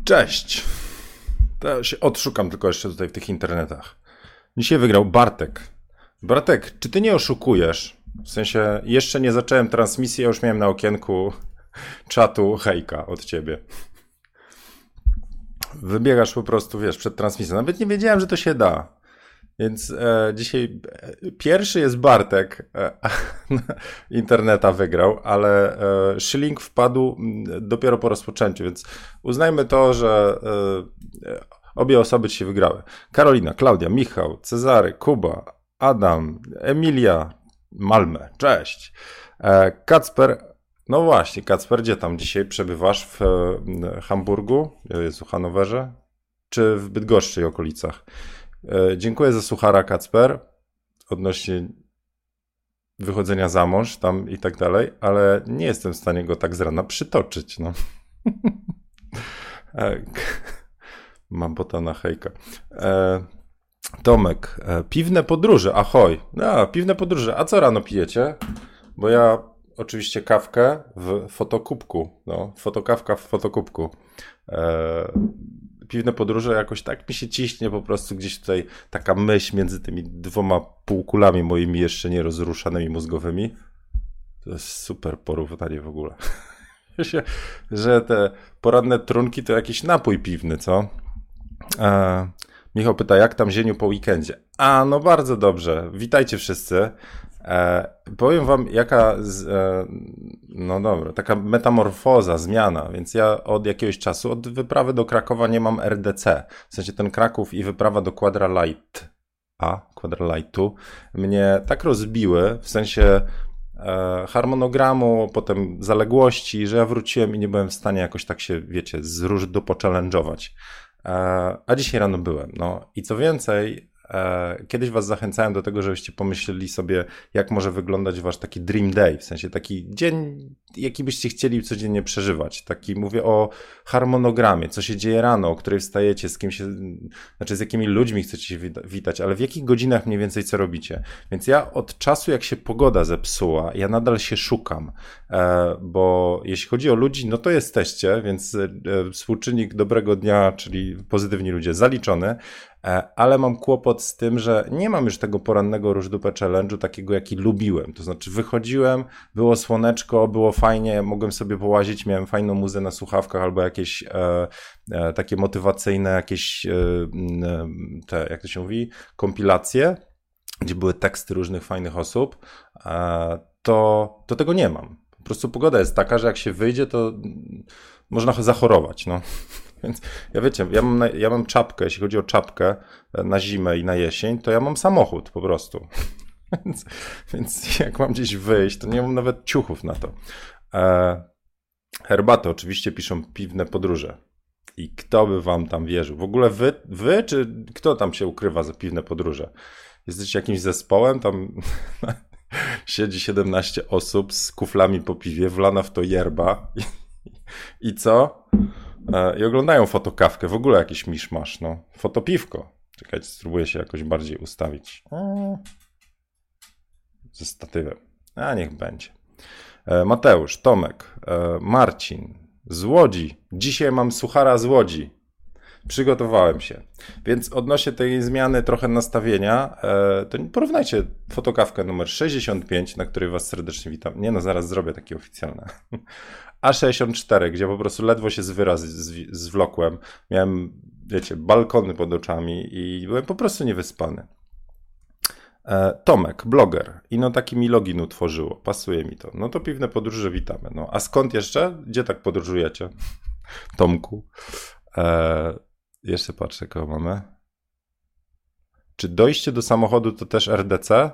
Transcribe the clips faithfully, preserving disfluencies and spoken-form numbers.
Cześć. To się odszukam tylko jeszcze tutaj w tych internetach. Dzisiaj wygrał Bartek. Bartek, czy ty nie oszukujesz? W sensie, jeszcze nie zacząłem transmisji, ja już miałem na okienku czatu hejka od ciebie. Wybiegasz po prostu, wiesz, przed transmisją. Nawet nie wiedziałem, że to się da. Więc e, dzisiaj e, pierwszy jest Bartek. E, interneta wygrał, ale e, Schilling wpadł dopiero po rozpoczęciu, więc uznajmy to, że e, obie osoby dzisiaj wygrały. Karolina, Klaudia, Michał, Cezary, Kuba, Adam, Emilia, Malmę. Cześć. E, Kacper, no właśnie, Kacper, gdzie tam dzisiaj przebywasz? W e, Hamburgu, Jezu, Hanowerze, czy w Bydgoszczy i okolicach? Dziękuję za suchara, Kacper, odnośnie wychodzenia za mąż tam i tak dalej, ale nie jestem w stanie go tak z rana przytoczyć, no. Mam botana hejka. Tomek, piwne podróże, ahoj. No, piwne podróże, a co rano pijecie? Bo ja oczywiście kawkę w fotokubku, no, fotokawka w fotokubku. Piwne podróże jakoś tak mi się ciśnie po prostu gdzieś tutaj taka myśl między tymi dwoma półkulami moimi jeszcze nierozruszanymi mózgowymi. To jest super porównanie w ogóle. Że te poranne trunki to jakiś napój piwny, co? E, Michał pyta, jak tam zieniu po weekendzie? A, no bardzo dobrze. Witajcie wszyscy. E, powiem wam, jaka, z, e, no dobra, taka metamorfoza, zmiana, więc ja od jakiegoś czasu, od wyprawy do Krakowa nie mam R D C, w sensie ten Kraków i wyprawa do Quadra Light, a, Quadra Lightu, mnie tak rozbiły, w sensie e, harmonogramu, potem zaległości, że ja wróciłem i nie byłem w stanie jakoś tak się, wiecie, z róż do pochallenge'ować. E, a dzisiaj rano byłem, no i co więcej, kiedyś was zachęcałem do tego, żebyście pomyśleli sobie, jak może wyglądać wasz taki dream day, w sensie taki dzień, jaki byście chcieli codziennie przeżywać. Taki, mówię o harmonogramie, co się dzieje rano, o której wstajecie, z kim się, znaczy z jakimi ludźmi chcecie się witać, ale w jakich godzinach mniej więcej co robicie. Więc ja od czasu, jak się pogoda zepsuła, ja nadal się szukam, bo jeśli chodzi o ludzi, no to jesteście, więc współczynnik dobrego dnia, czyli pozytywni ludzie, zaliczony, ale mam kłopot z tym, że nie mam już tego porannego róż-dupę challenge'u takiego, jaki lubiłem. To znaczy wychodziłem, było słoneczko, było fajnie, mogłem sobie połazić, miałem fajną muzę na słuchawkach albo jakieś e, e, takie motywacyjne, jakieś e, te, jak to się mówi, kompilacje, gdzie były teksty różnych fajnych osób, e, to, to tego nie mam. Po prostu pogoda jest taka, że jak się wyjdzie, to można zachorować, no. Więc ja wiecie, ja mam, ja mam czapkę, jeśli chodzi o czapkę na zimę i na jesień, to ja mam samochód po prostu. Więc, więc jak mam gdzieś wyjść, to nie mam nawet ciuchów na to. E, herbatę oczywiście piszą piwne podróże. I kto by wam tam wierzył? W ogóle wy, wy czy kto tam się ukrywa za piwne podróże? Jesteście jakimś zespołem, tam siedzi siedemnaście osób z kuflami po piwie, wlana w to yerba i, i co? I oglądają fotokawkę, w ogóle jakiś miszmasz, no. Fotopiwko. Czekajcie, spróbuję się jakoś bardziej ustawić. O, ze statywem. A niech będzie. Mateusz, Tomek, Marcin, z Łodzi. Dzisiaj mam suchara z Łodzi. Przygotowałem się. Więc odnośnie tej zmiany trochę nastawienia, to porównajcie fotokawkę numer sześćdziesiąt pięć, na której was serdecznie witam. Nie no, zaraz zrobię takie oficjalne. A sześćdziesiąt cztery, gdzie po prostu ledwo się z wyraz zwlokłem. Miałem, wiecie, balkony pod oczami i byłem po prostu niewyspany. E, Tomek, bloger. I no taki mi login utworzyło. Pasuje mi to. No to piwne podróże witamy. No, a skąd jeszcze? Gdzie tak podróżujecie? Tomku. E, jeszcze patrzę, kogo mamy. Czy dojście do samochodu to też R D C?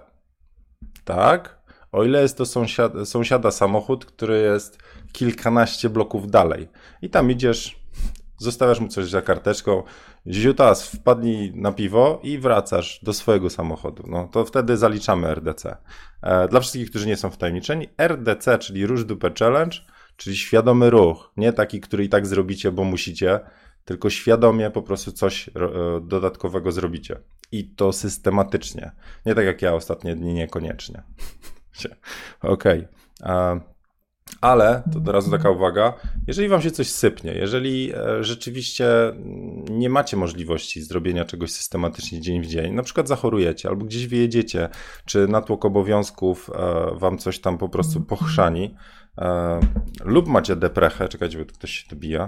Tak. O ile jest to sąsiada, sąsiada samochód, który jest kilkanaście bloków dalej. I tam idziesz, zostawiasz mu coś za karteczką, ziutas, wpadnij na piwo i wracasz do swojego samochodu. No to wtedy zaliczamy R D C. E, dla wszystkich, którzy nie są wtajemniczeni, R D C, czyli Róż Dupę Challenge, czyli świadomy ruch. Nie taki, który i tak zrobicie, bo musicie, tylko świadomie po prostu coś e, dodatkowego zrobicie. I to systematycznie. Nie tak jak ja ostatnie dni, niekoniecznie. Okej. Okay. Ale, to od razu taka uwaga, jeżeli wam się coś sypnie, jeżeli e, rzeczywiście nie macie możliwości zrobienia czegoś systematycznie dzień w dzień, na przykład zachorujecie albo gdzieś wyjedziecie, czy natłok obowiązków e, wam coś tam po prostu pochrzani, e, lub macie deprechę, czekajcie, bo tu ktoś się dobija,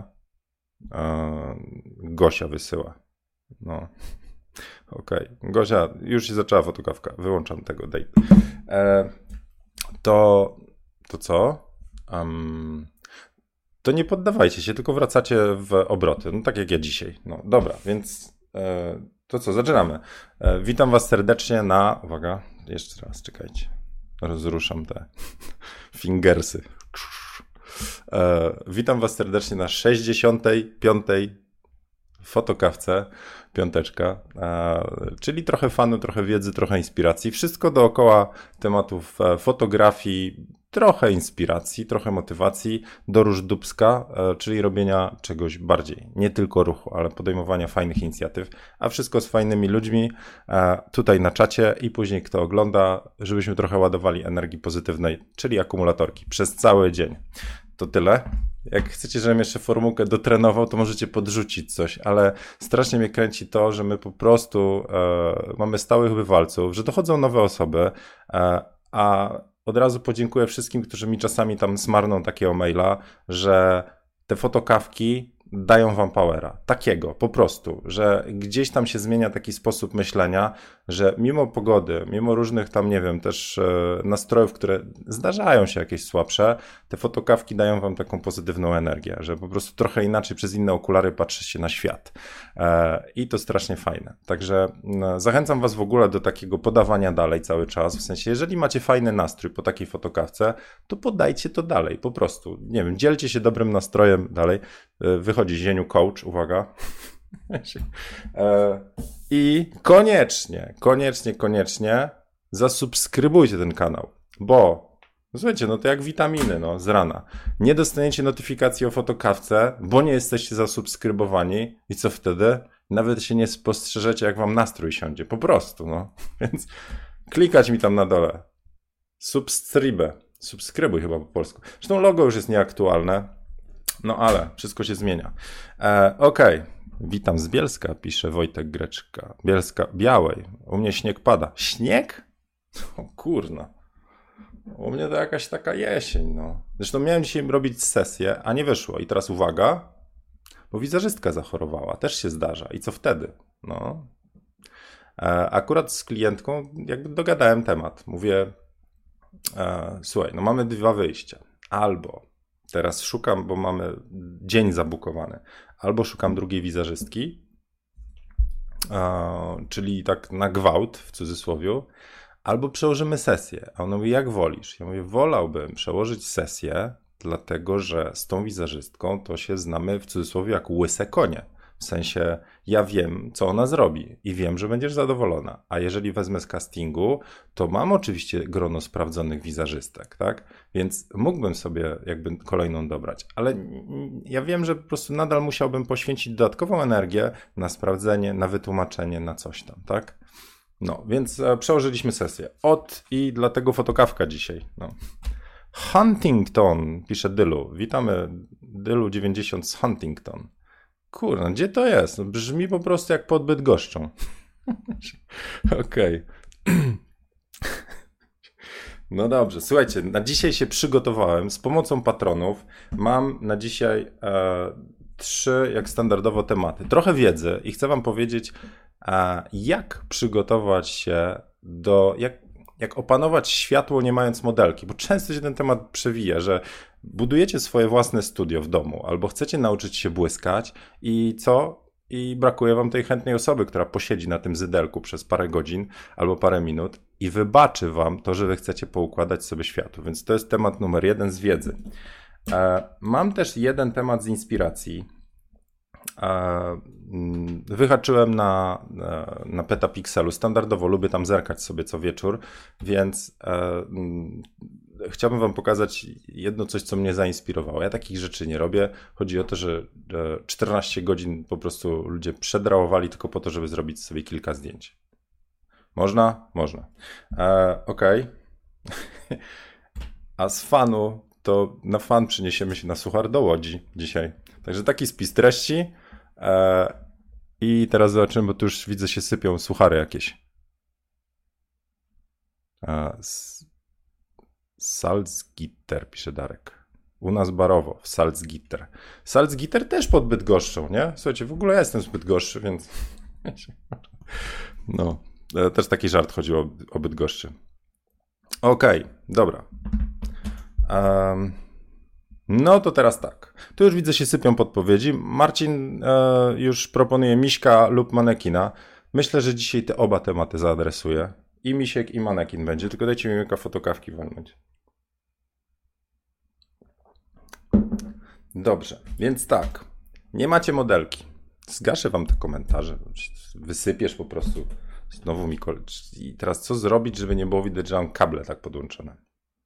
e, Gosia wysyła, no. Okej, okay. Gosia, już się zaczęła fotokawka, wyłączam tego date. E, to, to co? Um, to nie poddawajcie się, tylko wracacie w obroty, no tak jak ja dzisiaj. No dobra, więc e, to co, zaczynamy. E, witam was serdecznie na, uwaga, jeszcze raz, czekajcie, rozruszam te fingersy. E, witam was serdecznie na sześćdziesiątej piątej fotokawce, piąteczka, e, czyli trochę fanu, trochę wiedzy, trochę inspiracji. Wszystko dookoła tematów e, fotografii, trochę inspiracji, trochę motywacji do różdubska, e, czyli robienia czegoś bardziej. Nie tylko ruchu, ale podejmowania fajnych inicjatyw, a wszystko z fajnymi ludźmi e, tutaj na czacie i później kto ogląda, żebyśmy trochę ładowali energii pozytywnej, czyli akumulatorki przez cały dzień. To tyle. Jak chcecie, żebym jeszcze formułkę dotrenował, to możecie podrzucić coś, ale strasznie mnie kręci to, że my po prostu e, mamy stałych bywalców, że dochodzą nowe osoby, e, a od razu podziękuję wszystkim, którzy mi czasami tam smarną takiego maila, że te fotokawki dają wam powera. Takiego, po prostu, że gdzieś tam się zmienia taki sposób myślenia, że mimo pogody, mimo różnych tam, nie wiem, też e, nastrojów, które zdarzają się jakieś słabsze, te fotokawki dają wam taką pozytywną energię, że po prostu trochę inaczej przez inne okulary patrzy się na świat. E, I to strasznie fajne. Także no, zachęcam was w ogóle do takiego podawania dalej cały czas, w sensie, jeżeli macie fajny nastrój po takiej fotokawce, to podajcie to dalej, po prostu. Nie wiem, dzielcie się dobrym nastrojem dalej. Wychodzi Zieniu coach, uwaga. I koniecznie, koniecznie, koniecznie zasubskrybujcie ten kanał, bo słuchajcie, no to jak witaminy, no z rana. Nie dostaniecie notyfikacji o fotokawce, bo nie jesteście zasubskrybowani i co wtedy? Nawet się nie spostrzeżecie, jak wam nastrój siądzie, po prostu, no. Więc klikać mi tam na dole. Subscribe. Subskrybuj chyba po polsku. Zresztą logo już jest nieaktualne. No ale wszystko się zmienia. E, Okej, okay. Witam z Bielska, pisze Wojtek Greczka. Bielska, Białej. U mnie śnieg pada. Śnieg? O kurna. U mnie to jakaś taka jesień, no. Zresztą miałem dzisiaj robić sesję, a nie wyszło. I teraz uwaga, bo wizerzystka zachorowała. Też się zdarza. I co wtedy? No. E, akurat z klientką jakby dogadałem temat. Mówię, e, słuchaj, no mamy dwa wyjścia. Albo teraz szukam, bo mamy dzień zabukowany. Albo szukam drugiej wizerzystki, uh, czyli tak na gwałt, w cudzysłowie, albo przełożymy sesję. A ona mówi, jak wolisz? Ja mówię, wolałbym przełożyć sesję, dlatego że z tą wizerzystką to się znamy w cudzysłowie jak łyse konie. W sensie ja wiem, co ona zrobi i wiem, że będziesz zadowolona. A jeżeli wezmę z castingu, to mam oczywiście grono sprawdzonych wizerzystek, tak? Więc mógłbym sobie jakby kolejną dobrać. Ale ja wiem, że po prostu nadal musiałbym poświęcić dodatkową energię na sprawdzenie, na wytłumaczenie, na coś tam, tak? No, więc e, przełożyliśmy sesję. Od i dlatego fotokawka dzisiaj. No. Huntington, pisze Dylu. Witamy Dylu dziewięćdziesiąt z Huntington. Kurna, gdzie to jest? No, brzmi po prostu jak pod Bydgoszczą. Okej. Okay. No dobrze, słuchajcie, na dzisiaj się przygotowałem z pomocą patronów. Mam na dzisiaj e, trzy, jak standardowo, tematy. Trochę wiedzy i chcę wam powiedzieć, e, jak przygotować się do, jak, jak opanować światło nie mając modelki, bo często się ten temat przewija, że budujecie swoje własne studio w domu albo chcecie nauczyć się błyskać i co? I brakuje wam tej chętnej osoby, która posiedzi na tym zydelku przez parę godzin albo parę minut i wybaczy wam to, że wy chcecie poukładać sobie światło. Więc to jest temat numer jeden z wiedzy. E, mam też jeden temat z inspiracji. E, wyhaczyłem na, na Petapixelu. Standardowo lubię tam zerkać sobie co wieczór, więc e, chciałbym wam pokazać jedno coś, co mnie zainspirowało. Ja takich rzeczy nie robię. Chodzi o to, że czternaście godzin po prostu ludzie przedrałowali tylko po to, żeby zrobić sobie kilka zdjęć. Można? Można. E, Okej. Okay. A z fanu to na fan przeniesiemy się na suchar do Łodzi dzisiaj. Także taki spis treści. E, I teraz zobaczymy, bo tu już widzę się sypią suchary jakieś. E, Salzgitter, pisze Darek. U nas barowo, w Salzgitter. Salzgitter też pod Bydgoszczą, nie? Słuchajcie, w ogóle ja jestem z Bydgoszczy, więc... No, też taki żart chodził o, o Bydgoszczy. Okej, okay, dobra. Um, no to teraz tak. Tu już widzę się sypią podpowiedzi. Marcin e, już proponuje Miśka lub manekina. Myślę, że dzisiaj te oba tematy zaadresuję. I Misiek, i manekin będzie. Tylko dajcie mi łyka fotokawki walnąć. Dobrze, więc tak. Nie macie modelki. Zgaszę wam te komentarze. Wysypiesz po prostu. Znowu mi kole... I teraz co zrobić, żeby nie było widać, że mam kable tak podłączone?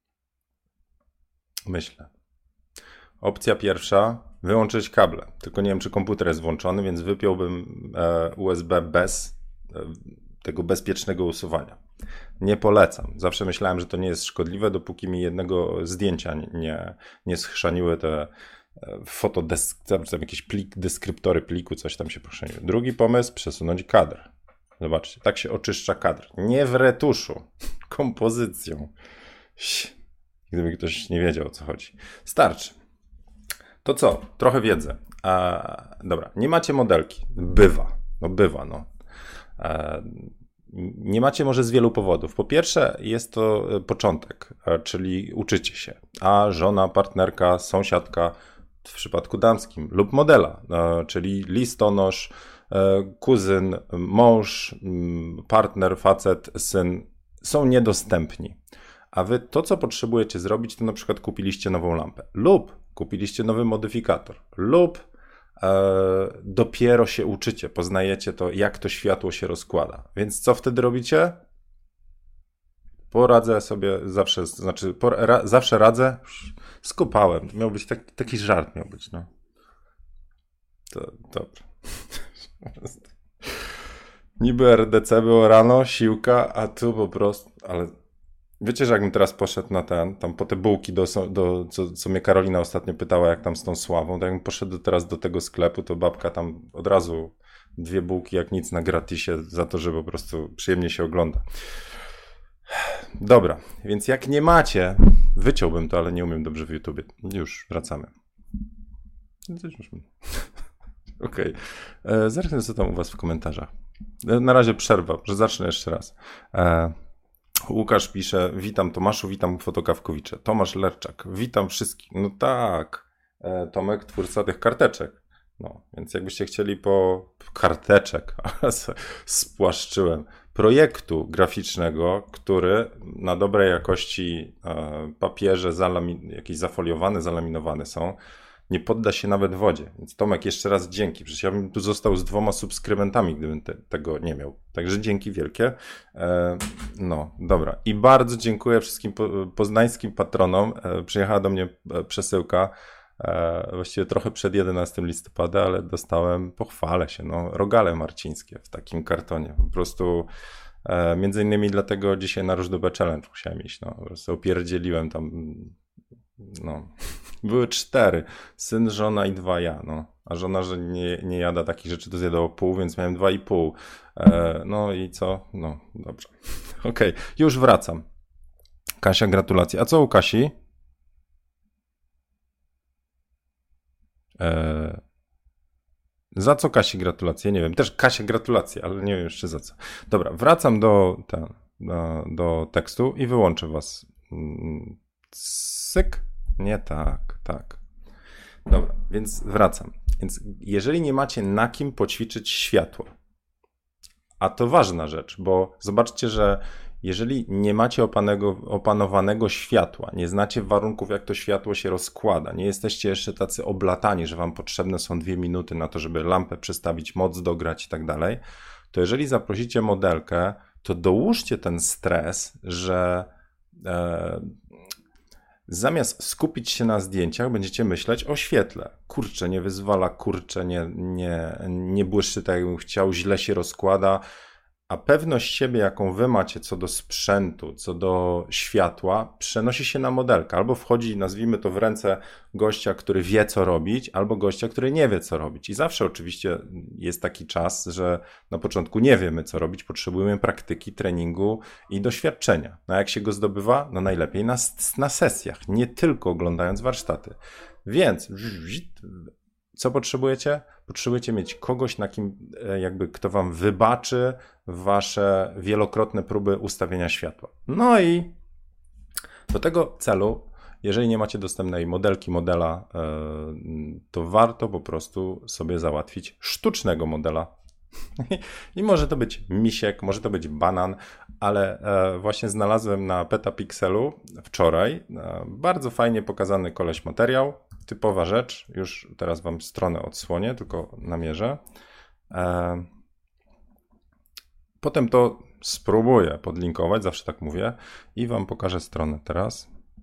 Myślę. Opcja pierwsza. Wyłączyć kable. Tylko nie wiem, czy komputer jest włączony, więc wypiąłbym e, U S B bez e, tego bezpiecznego usuwania. Nie polecam. Zawsze myślałem, że to nie jest szkodliwe, dopóki mi jednego zdjęcia nie, nie schrzaniły te fotodesk, tam jakieś plik, deskryptory pliku, coś tam się pochrzaniły. Drugi pomysł, przesunąć kadr. Zobaczcie, tak się oczyszcza kadr. Nie w retuszu, kompozycją. Gdyby ktoś nie wiedział, o co chodzi. Starczy. To co? Trochę wiedzy. A, dobra, nie macie modelki. Bywa. No bywa, no. A, nie macie może z wielu powodów. Po pierwsze jest to początek, czyli uczycie się. A żona, partnerka, sąsiadka, w przypadku damskim, lub modela, czyli listonosz, kuzyn, mąż, partner, facet, syn są niedostępni. A wy to, co potrzebujecie zrobić, to na przykład kupiliście nową lampę lub kupiliście nowy modyfikator lub e, dopiero się uczycie, poznajecie to, jak to światło się rozkłada. Więc co wtedy robicie? Poradzę sobie zawsze, znaczy por, ra, zawsze radzę, skopałem. Miał być taki, taki żart, miał być, no. To dobrze. Niby R D C było rano, siłka, a tu po prostu, ale wiecie, że jakbym teraz poszedł na ten, tam po te bułki, do, do, co, co mnie Karolina ostatnio pytała, jak tam z tą sławą, to jakbym poszedł teraz do tego sklepu, to babka tam od razu dwie bułki jak nic na gratisie za to, że po prostu przyjemnie się ogląda. Dobra, więc jak nie macie, wyciąłbym to, ale nie umiem dobrze w YouTubie. Już wracamy. Okej. Okay. Zerknę, co tam u was w komentarzach. Na razie przerwa, że zacznę jeszcze raz. E, Łukasz pisze, witam Tomaszu, witam Fotokawkowicze. Tomasz Lerczak, witam wszystkich. No tak, e, Tomek, twórca tych karteczek. No, więc jakbyście chcieli po karteczek, spłaszczyłem, projektu graficznego, który na dobrej jakości e, papierze zalamin- jakieś zafoliowane, zalaminowane są, nie podda się nawet wodzie. Więc Tomek, jeszcze raz dzięki. Przecież ja bym tu został z dwoma subskrybentami, gdybym te, tego nie miał. Także dzięki wielkie. E, no, dobra. I bardzo dziękuję wszystkim po, poznańskim patronom. E, przyjechała do mnie przesyłka e, właściwie trochę przed jedenastego listopada, ale dostałem, pochwalę się, no, rogale marcińskie w takim kartonie. Po prostu e, między innymi dlatego dzisiaj na Różdubę Challenge musiałem iść. No, po prostu opierdzieliłem tam. No, były cztery. Syn, żona i dwa ja, no. A żona, że nie, nie jada takich rzeczy, to zjadło pół, więc miałem dwa i pół. E, no i co? No, dobrze. Okej, okay, już wracam. Kasia, gratulacje. A co u Kasi? E, za co Kasi gratulacje? Nie wiem. Też Kasia gratulacje, ale nie wiem jeszcze za co. Dobra, wracam do, ten, do, do tekstu i wyłączę was. Syk? Nie, tak, tak. Dobra, więc wracam. Więc jeżeli nie macie na kim poćwiczyć światło, a to ważna rzecz, bo zobaczcie, że jeżeli nie macie opanego, opanowanego światła, nie znacie warunków, jak to światło się rozkłada, nie jesteście jeszcze tacy oblatani, że wam potrzebne są dwie minuty na to, żeby lampę przestawić, moc dograć i tak dalej, to jeżeli zaprosicie modelkę, to dołóżcie ten stres, że e, zamiast skupić się na zdjęciach, będziecie myśleć o świetle. Kurczę, nie wyzwala, kurczę, nie, nie, nie błyszczy tak, jakbym chciał, źle się rozkłada. a pewność siebie, jaką wy macie co do sprzętu, co do światła, przenosi się na modelkę. Albo wchodzi, nazwijmy to, w ręce gościa, który wie, co robić, albo gościa, który nie wie, co robić. I zawsze oczywiście jest taki czas, że na początku nie wiemy, co robić, potrzebujemy praktyki, treningu i doświadczenia. No a jak się go zdobywa? No najlepiej na, na sesjach, nie tylko oglądając warsztaty. Więc co potrzebujecie? Potrzebujecie mieć kogoś, na kim, jakby, kto wam wybaczy wasze wielokrotne próby ustawienia światła. No i do tego celu, jeżeli nie macie dostępnej modelki, modela, to warto po prostu sobie załatwić sztucznego modela. I może to być misiek, może to być banan, ale właśnie znalazłem na Petapixelu wczoraj bardzo fajnie pokazany koleś materiał. Typowa rzecz, już teraz wam stronę odsłonię, tylko namierzę. E... Potem to spróbuję podlinkować, zawsze tak mówię, i wam pokażę stronę teraz.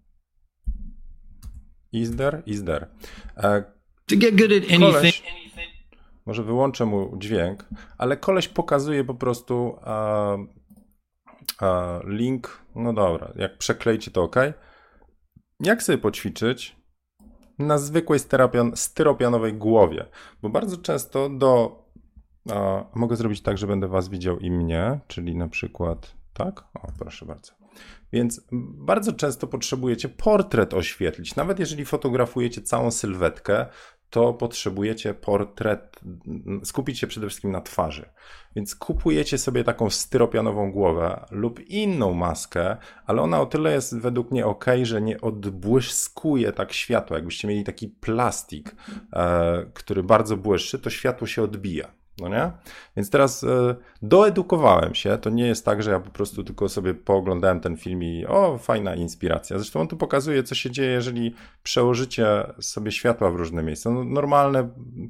Is there? Is there. E... To get good at anything. Koleś... Może wyłączę mu dźwięk, ale koleś pokazuje po prostu e... E... link, no dobra, jak przekleicie to ok. Jak sobie poćwiczyć na zwykłej styropian, styropianowej głowie, bo bardzo często do... A, mogę zrobić tak, że będę was widział i mnie, czyli na przykład tak? O, proszę bardzo. Więc bardzo często potrzebujecie portret oświetlić. Nawet jeżeli fotografujecie całą sylwetkę, to potrzebujecie portret, skupić się przede wszystkim na twarzy. Więc kupujecie sobie taką styropianową głowę lub inną maskę, ale ona o tyle jest według mnie ok, że nie odbłyskuje tak światła. Jakbyście mieli taki plastik, e, który bardzo błyszczy, to światło się odbija. No nie? Więc teraz e, doedukowałem się. To nie jest tak, że ja po prostu tylko sobie pooglądałem ten film i o, fajna inspiracja. Zresztą on tu pokazuje, co się dzieje, jeżeli przełożycie sobie światła w różne miejsca. No, normalne,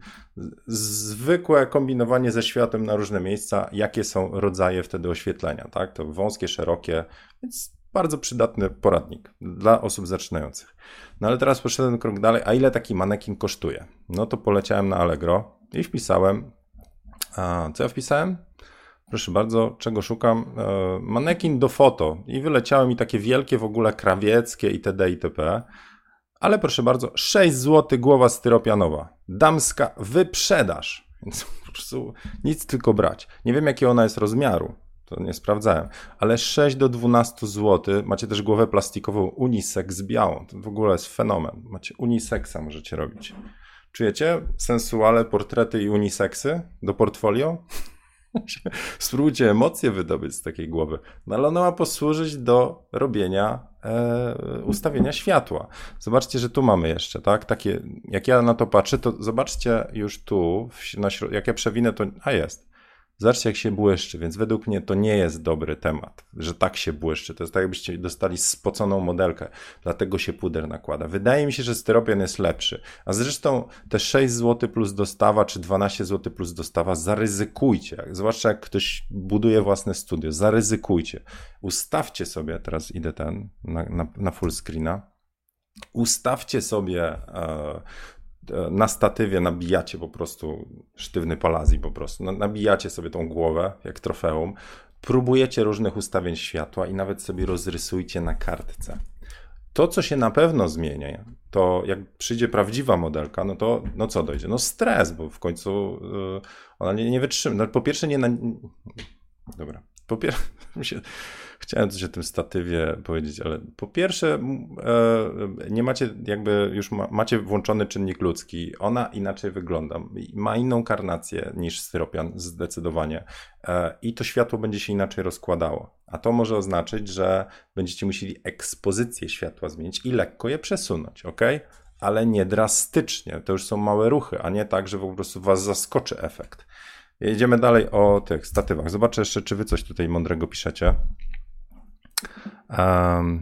zwykłe kombinowanie ze światłem na różne miejsca, jakie są rodzaje wtedy oświetlenia, tak? To wąskie, szerokie, więc bardzo przydatny poradnik dla osób zaczynających. No ale teraz poszedłem krok dalej, a ile taki manekin kosztuje? No to poleciałem na Allegro i wpisałem. A co ja wpisałem? Proszę bardzo, czego szukam? E, manekin do foto i wyleciały mi takie wielkie w ogóle krawieckie itd. itp. Ale proszę bardzo, sześć złotych głowa styropianowa. Damska wyprzedaż. Więc po prostu nic, tylko brać. Nie wiem, jakiego ona jest rozmiaru. To nie sprawdzałem. Ale sześć do dwunastu złotych. Macie też głowę plastikową unisex białą. To w ogóle jest fenomen. Macie unisexa, możecie robić. Czujecie sensuale, portrety i uniseksy do portfolio? Spróbujcie emocje wydobyć z takiej głowy. No ale ona ma posłużyć do robienia e, ustawienia światła. Zobaczcie, że tu mamy jeszcze, tak? Takie, jak ja na to patrzę, to zobaczcie już tu, na środ- jak ja przewinę, to a jest. Zobaczcie, jak się błyszczy, więc według mnie to nie jest dobry temat, że tak się błyszczy. To jest tak, jakbyście dostali spoconą modelkę, dlatego się puder nakłada. Wydaje mi się, że styropian jest lepszy. A zresztą te sześć złotych plus dostawa, czy dwanaście złotych plus dostawa, zaryzykujcie. Zwłaszcza jak ktoś buduje własne studio, zaryzykujcie. Ustawcie sobie, teraz idę ten, na, na, na full screena, ustawcie sobie... E, na statywie nabijacie po prostu sztywny palazzi po prostu, nabijacie sobie tą głowę jak trofeum, próbujecie różnych ustawień światła i nawet sobie rozrysujcie na kartce. To, co się na pewno zmieni, to jak przyjdzie prawdziwa modelka, no to no co dojdzie? No stres, bo w końcu yy, ona nie, nie wytrzyma. No, po pierwsze nie na... Dobra. Po pierwsze... Chciałem coś o tym statywie powiedzieć, ale po pierwsze e, nie macie jakby już ma, macie włączony czynnik ludzki, ona inaczej wygląda, ma inną karnację niż styropian zdecydowanie e, i to światło będzie się inaczej rozkładało, a to może oznaczyć, że będziecie musieli ekspozycję światła zmienić i lekko je przesunąć, ok? Ale nie drastycznie, to już są małe ruchy, a nie tak, że po prostu was zaskoczy efekt. Jedziemy dalej o tych statywach. Zobaczę jeszcze, czy wy coś tutaj mądrego piszecie. Um,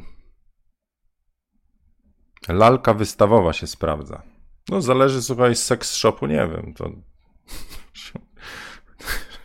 lalka wystawowa się sprawdza. No zależy, słuchaj, z seks shopu, nie wiem. To...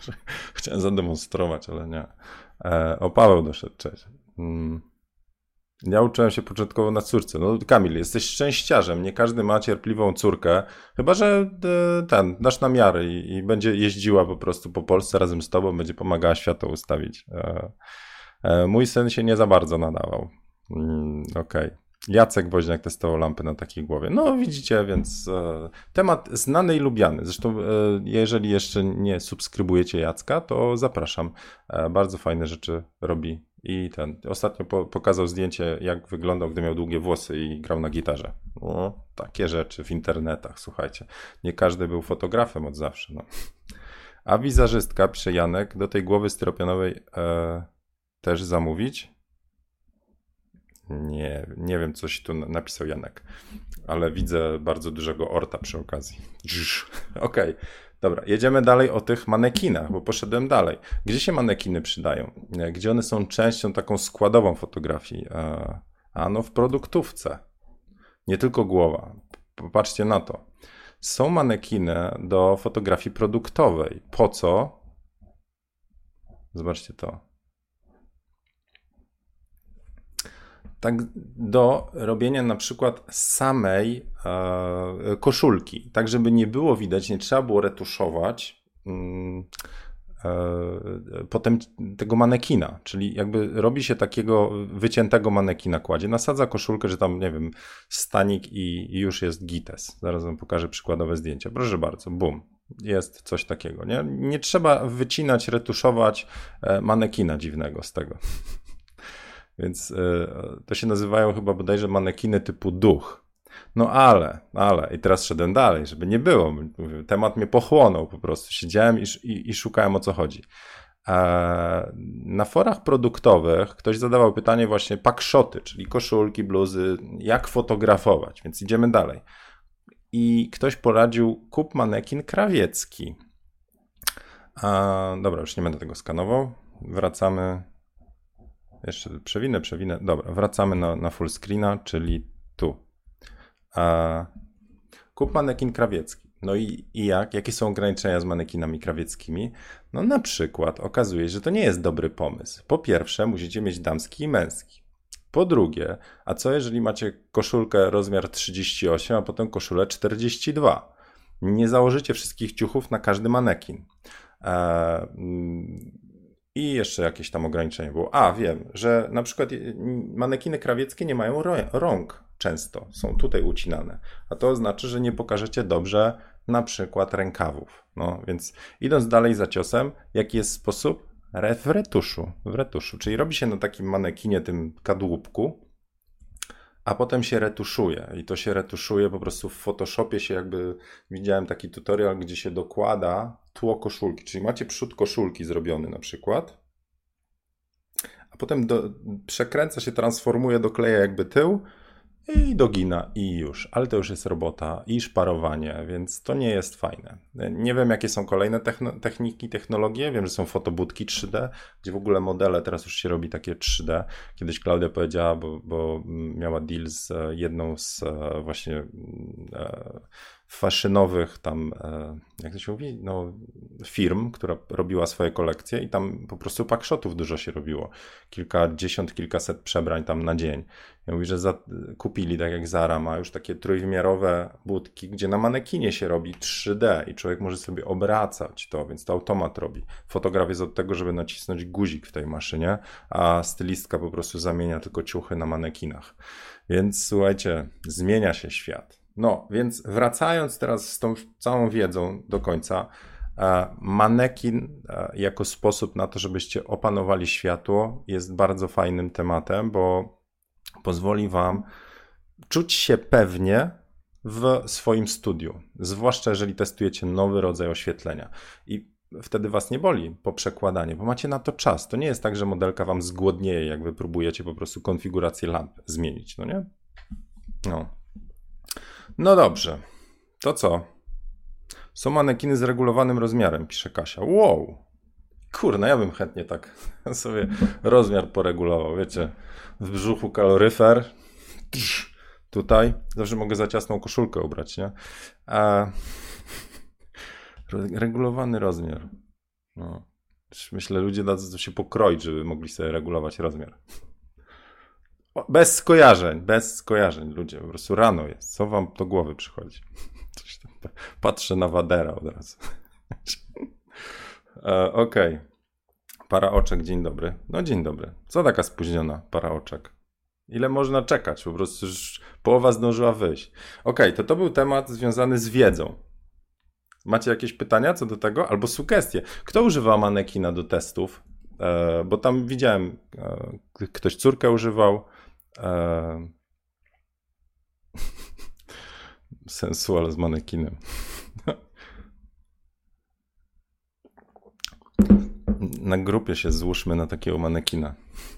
Chciałem zademonstrować, ale nie. E, o, Paweł doszedł, cześć. Hmm. Ja uczyłem się początkowo na córce. No Kamil, jesteś szczęściarzem, nie każdy ma cierpliwą córkę, chyba że e, ten, dasz na miarę i, i będzie jeździła po prostu po Polsce razem z tobą, będzie pomagała światło ustawić. E, e, mój syn się nie za bardzo nadawał. Mm, Okej. Okay. Jacek Woźniak testował lampy na takiej głowie. No widzicie, więc e, temat znany i lubiany. Zresztą e, jeżeli jeszcze nie subskrybujecie Jacka, to zapraszam. E, bardzo fajne rzeczy robi i ten. Ostatnio po, pokazał zdjęcie, jak wyglądał, gdy miał długie włosy i grał na gitarze. O, takie rzeczy w internetach, słuchajcie. Nie każdy był fotografem od zawsze. No. A wizerzystka, pisze Janek, do tej głowy styropianowej e, też zamówić? Nie, nie wiem, coś tu napisał Janek, ale widzę bardzo dużego orta przy okazji. Okej, okay. Dobra, jedziemy dalej o tych manekinach, bo poszedłem dalej. Gdzie się manekiny przydają? Gdzie one są częścią taką składową fotografii? A no w produktówce. Nie tylko głowa. Popatrzcie na to. Są manekiny do fotografii produktowej. Po co? Zobaczcie to. Tak do robienia na przykład samej e, koszulki, tak żeby nie było widać, nie trzeba było retuszować mm, e, potem tego manekina, czyli jakby robi się takiego wyciętego manekina, kładzie, nasadza koszulkę, że tam, nie wiem, stanik i, i już jest gites. Zaraz wam pokażę przykładowe zdjęcia. Proszę bardzo, bum. Jest coś takiego, nie? Nie trzeba wycinać, retuszować e, manekina dziwnego z tego. Więc y, to się nazywają chyba bodajże manekiny typu duch. No ale, ale, i teraz szedłem dalej, żeby nie było. Temat mnie pochłonął po prostu. Siedziałem i, i, i szukałem, o co chodzi. E, na forach produktowych ktoś zadawał pytanie właśnie pakshoty, czyli koszulki, bluzy, jak fotografować, więc idziemy dalej. I ktoś poradził kup manekin krawiecki. E, dobra, już nie będę tego skanował. Wracamy... Jeszcze przewinę, przewinę. Dobra, wracamy na, na full screena, czyli tu. A, kup manekin krawiecki. No i, i jak? Jakie są ograniczenia z manekinami krawieckimi? No na przykład okazuje się, że to nie jest dobry pomysł. Po pierwsze, musicie mieć damski i męski. Po drugie, a co jeżeli macie koszulkę rozmiar trzydzieści osiem, a potem koszulę czterdzieści dwa? Nie założycie wszystkich ciuchów na każdy manekin. Eee, I jeszcze jakieś tam ograniczenie było. A, wiem, że na przykład manekiny krawieckie nie mają rąk często. Są tutaj ucinane. A to oznacza, że nie pokażecie dobrze na przykład rękawów. No, więc idąc dalej za ciosem, jaki jest sposób? W retuszu. W retuszu. Czyli robi się na takim manekinie, tym kadłubku, a potem się retuszuje. I to się retuszuje po prostu w Photoshopie się jakby, widziałem taki tutorial, gdzie się dokłada tło koszulki. Czyli macie przód koszulki zrobiony na przykład, a potem do, przekręca się, transformuje, dokleja jakby tył i dogina i już. Ale to już jest robota i szparowanie, więc to nie jest fajne. Nie wiem, jakie są kolejne techno- techniki, technologie. Wiem, że są fotobudki trzy D, gdzie w ogóle modele teraz już się robi takie trzy D. Kiedyś Klaudia powiedziała, bo, bo miała deal z jedną z właśnie e, faszynowych tam, e, jak to się mówi, no, firm, która robiła swoje kolekcje i tam po prostu pakszotów dużo się robiło. Kilkadziesiąt, kilkaset przebrań tam na dzień. Ja mówię, że za, kupili, tak jak Zara ma już takie trójwymiarowe budki, gdzie na manekinie się robi trzy D i człowiek może sobie obracać to, więc to automat robi. Fotograf jest od tego, żeby nacisnąć guzik w tej maszynie, a stylistka po prostu zamienia tylko ciuchy na manekinach. Więc słuchajcie, zmienia się świat. No, więc wracając teraz z tą całą wiedzą do końca, manekin jako sposób na to, żebyście opanowali światło, jest bardzo fajnym tematem, bo pozwoli wam czuć się pewnie w swoim studiu, zwłaszcza jeżeli testujecie nowy rodzaj oświetlenia i wtedy was nie boli po przekładaniu, bo macie na to czas. To nie jest tak, że modelka wam zgłodnieje, jak wy próbujecie po prostu konfigurację lamp zmienić, no nie? No. No dobrze, to co? Są manekiny z regulowanym rozmiarem, pisze Kasia. Wow! Kurna, ja bym chętnie tak sobie rozmiar poregulował, wiecie, w brzuchu kaloryfer, tutaj, zawsze mogę za ciasną koszulkę ubrać, nie? A... regulowany rozmiar. No. Myślę, ludzie dadzą się pokroić, żeby mogli sobie regulować rozmiar. Bez skojarzeń, bez skojarzeń, ludzie, po prostu rano jest. Co wam do głowy przychodzi? Coś tam, patrzę na Wadera od razu. e, Okej. Okay. Para oczek, dzień dobry. No dzień dobry. Co taka spóźniona para oczek? Ile można czekać? Po prostu już połowa zdążyła wyjść. Okej, okay, to to był temat związany z wiedzą. Macie jakieś pytania co do tego? Albo sugestie. Kto używa manekina do testów? E, bo tam widziałem, e, ktoś córkę używał. E, sensual z manekinem. Na grupie się złóżmy na takiego manekina.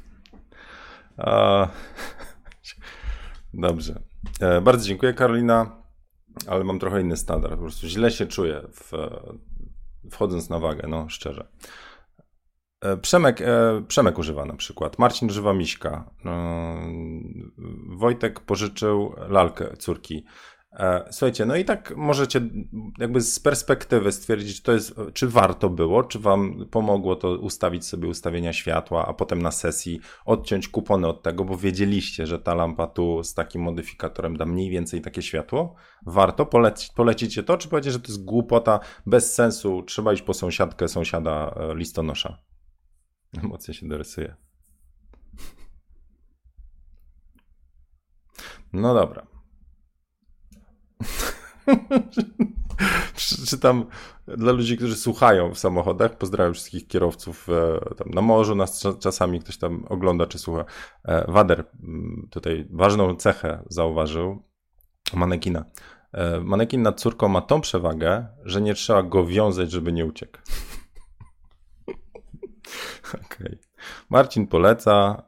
A, dobrze. E, bardzo dziękuję, Karolina, ale mam trochę inny standard. Po prostu źle się czuję w, wchodząc na wagę, no szczerze. E, Przemek, e, Przemek używa na przykład. Marcin używa miśka. E, Wojtek pożyczył lalkę córki. Słuchajcie, no i tak możecie jakby z perspektywy stwierdzić, to jest, czy warto było, czy wam pomogło to ustawić sobie ustawienia światła, a potem na sesji odciąć kupony od tego, bo wiedzieliście, że ta lampa tu z takim modyfikatorem da mniej więcej takie światło. Warto? Poleci, polecicie to, czy powiecie, że to jest głupota, bez sensu, trzeba iść po sąsiadkę, sąsiada listonosza? Emocja się dorysuje. No dobra. Czytam dla ludzi, którzy słuchają w samochodach. Pozdrawiam wszystkich kierowców tam na morzu. Nas czasami ktoś tam ogląda czy słucha. Wader tutaj ważną cechę zauważył manekina. Manekin nad córką ma tą przewagę, że nie trzeba go wiązać, żeby nie uciekł. Okay. Marcin poleca.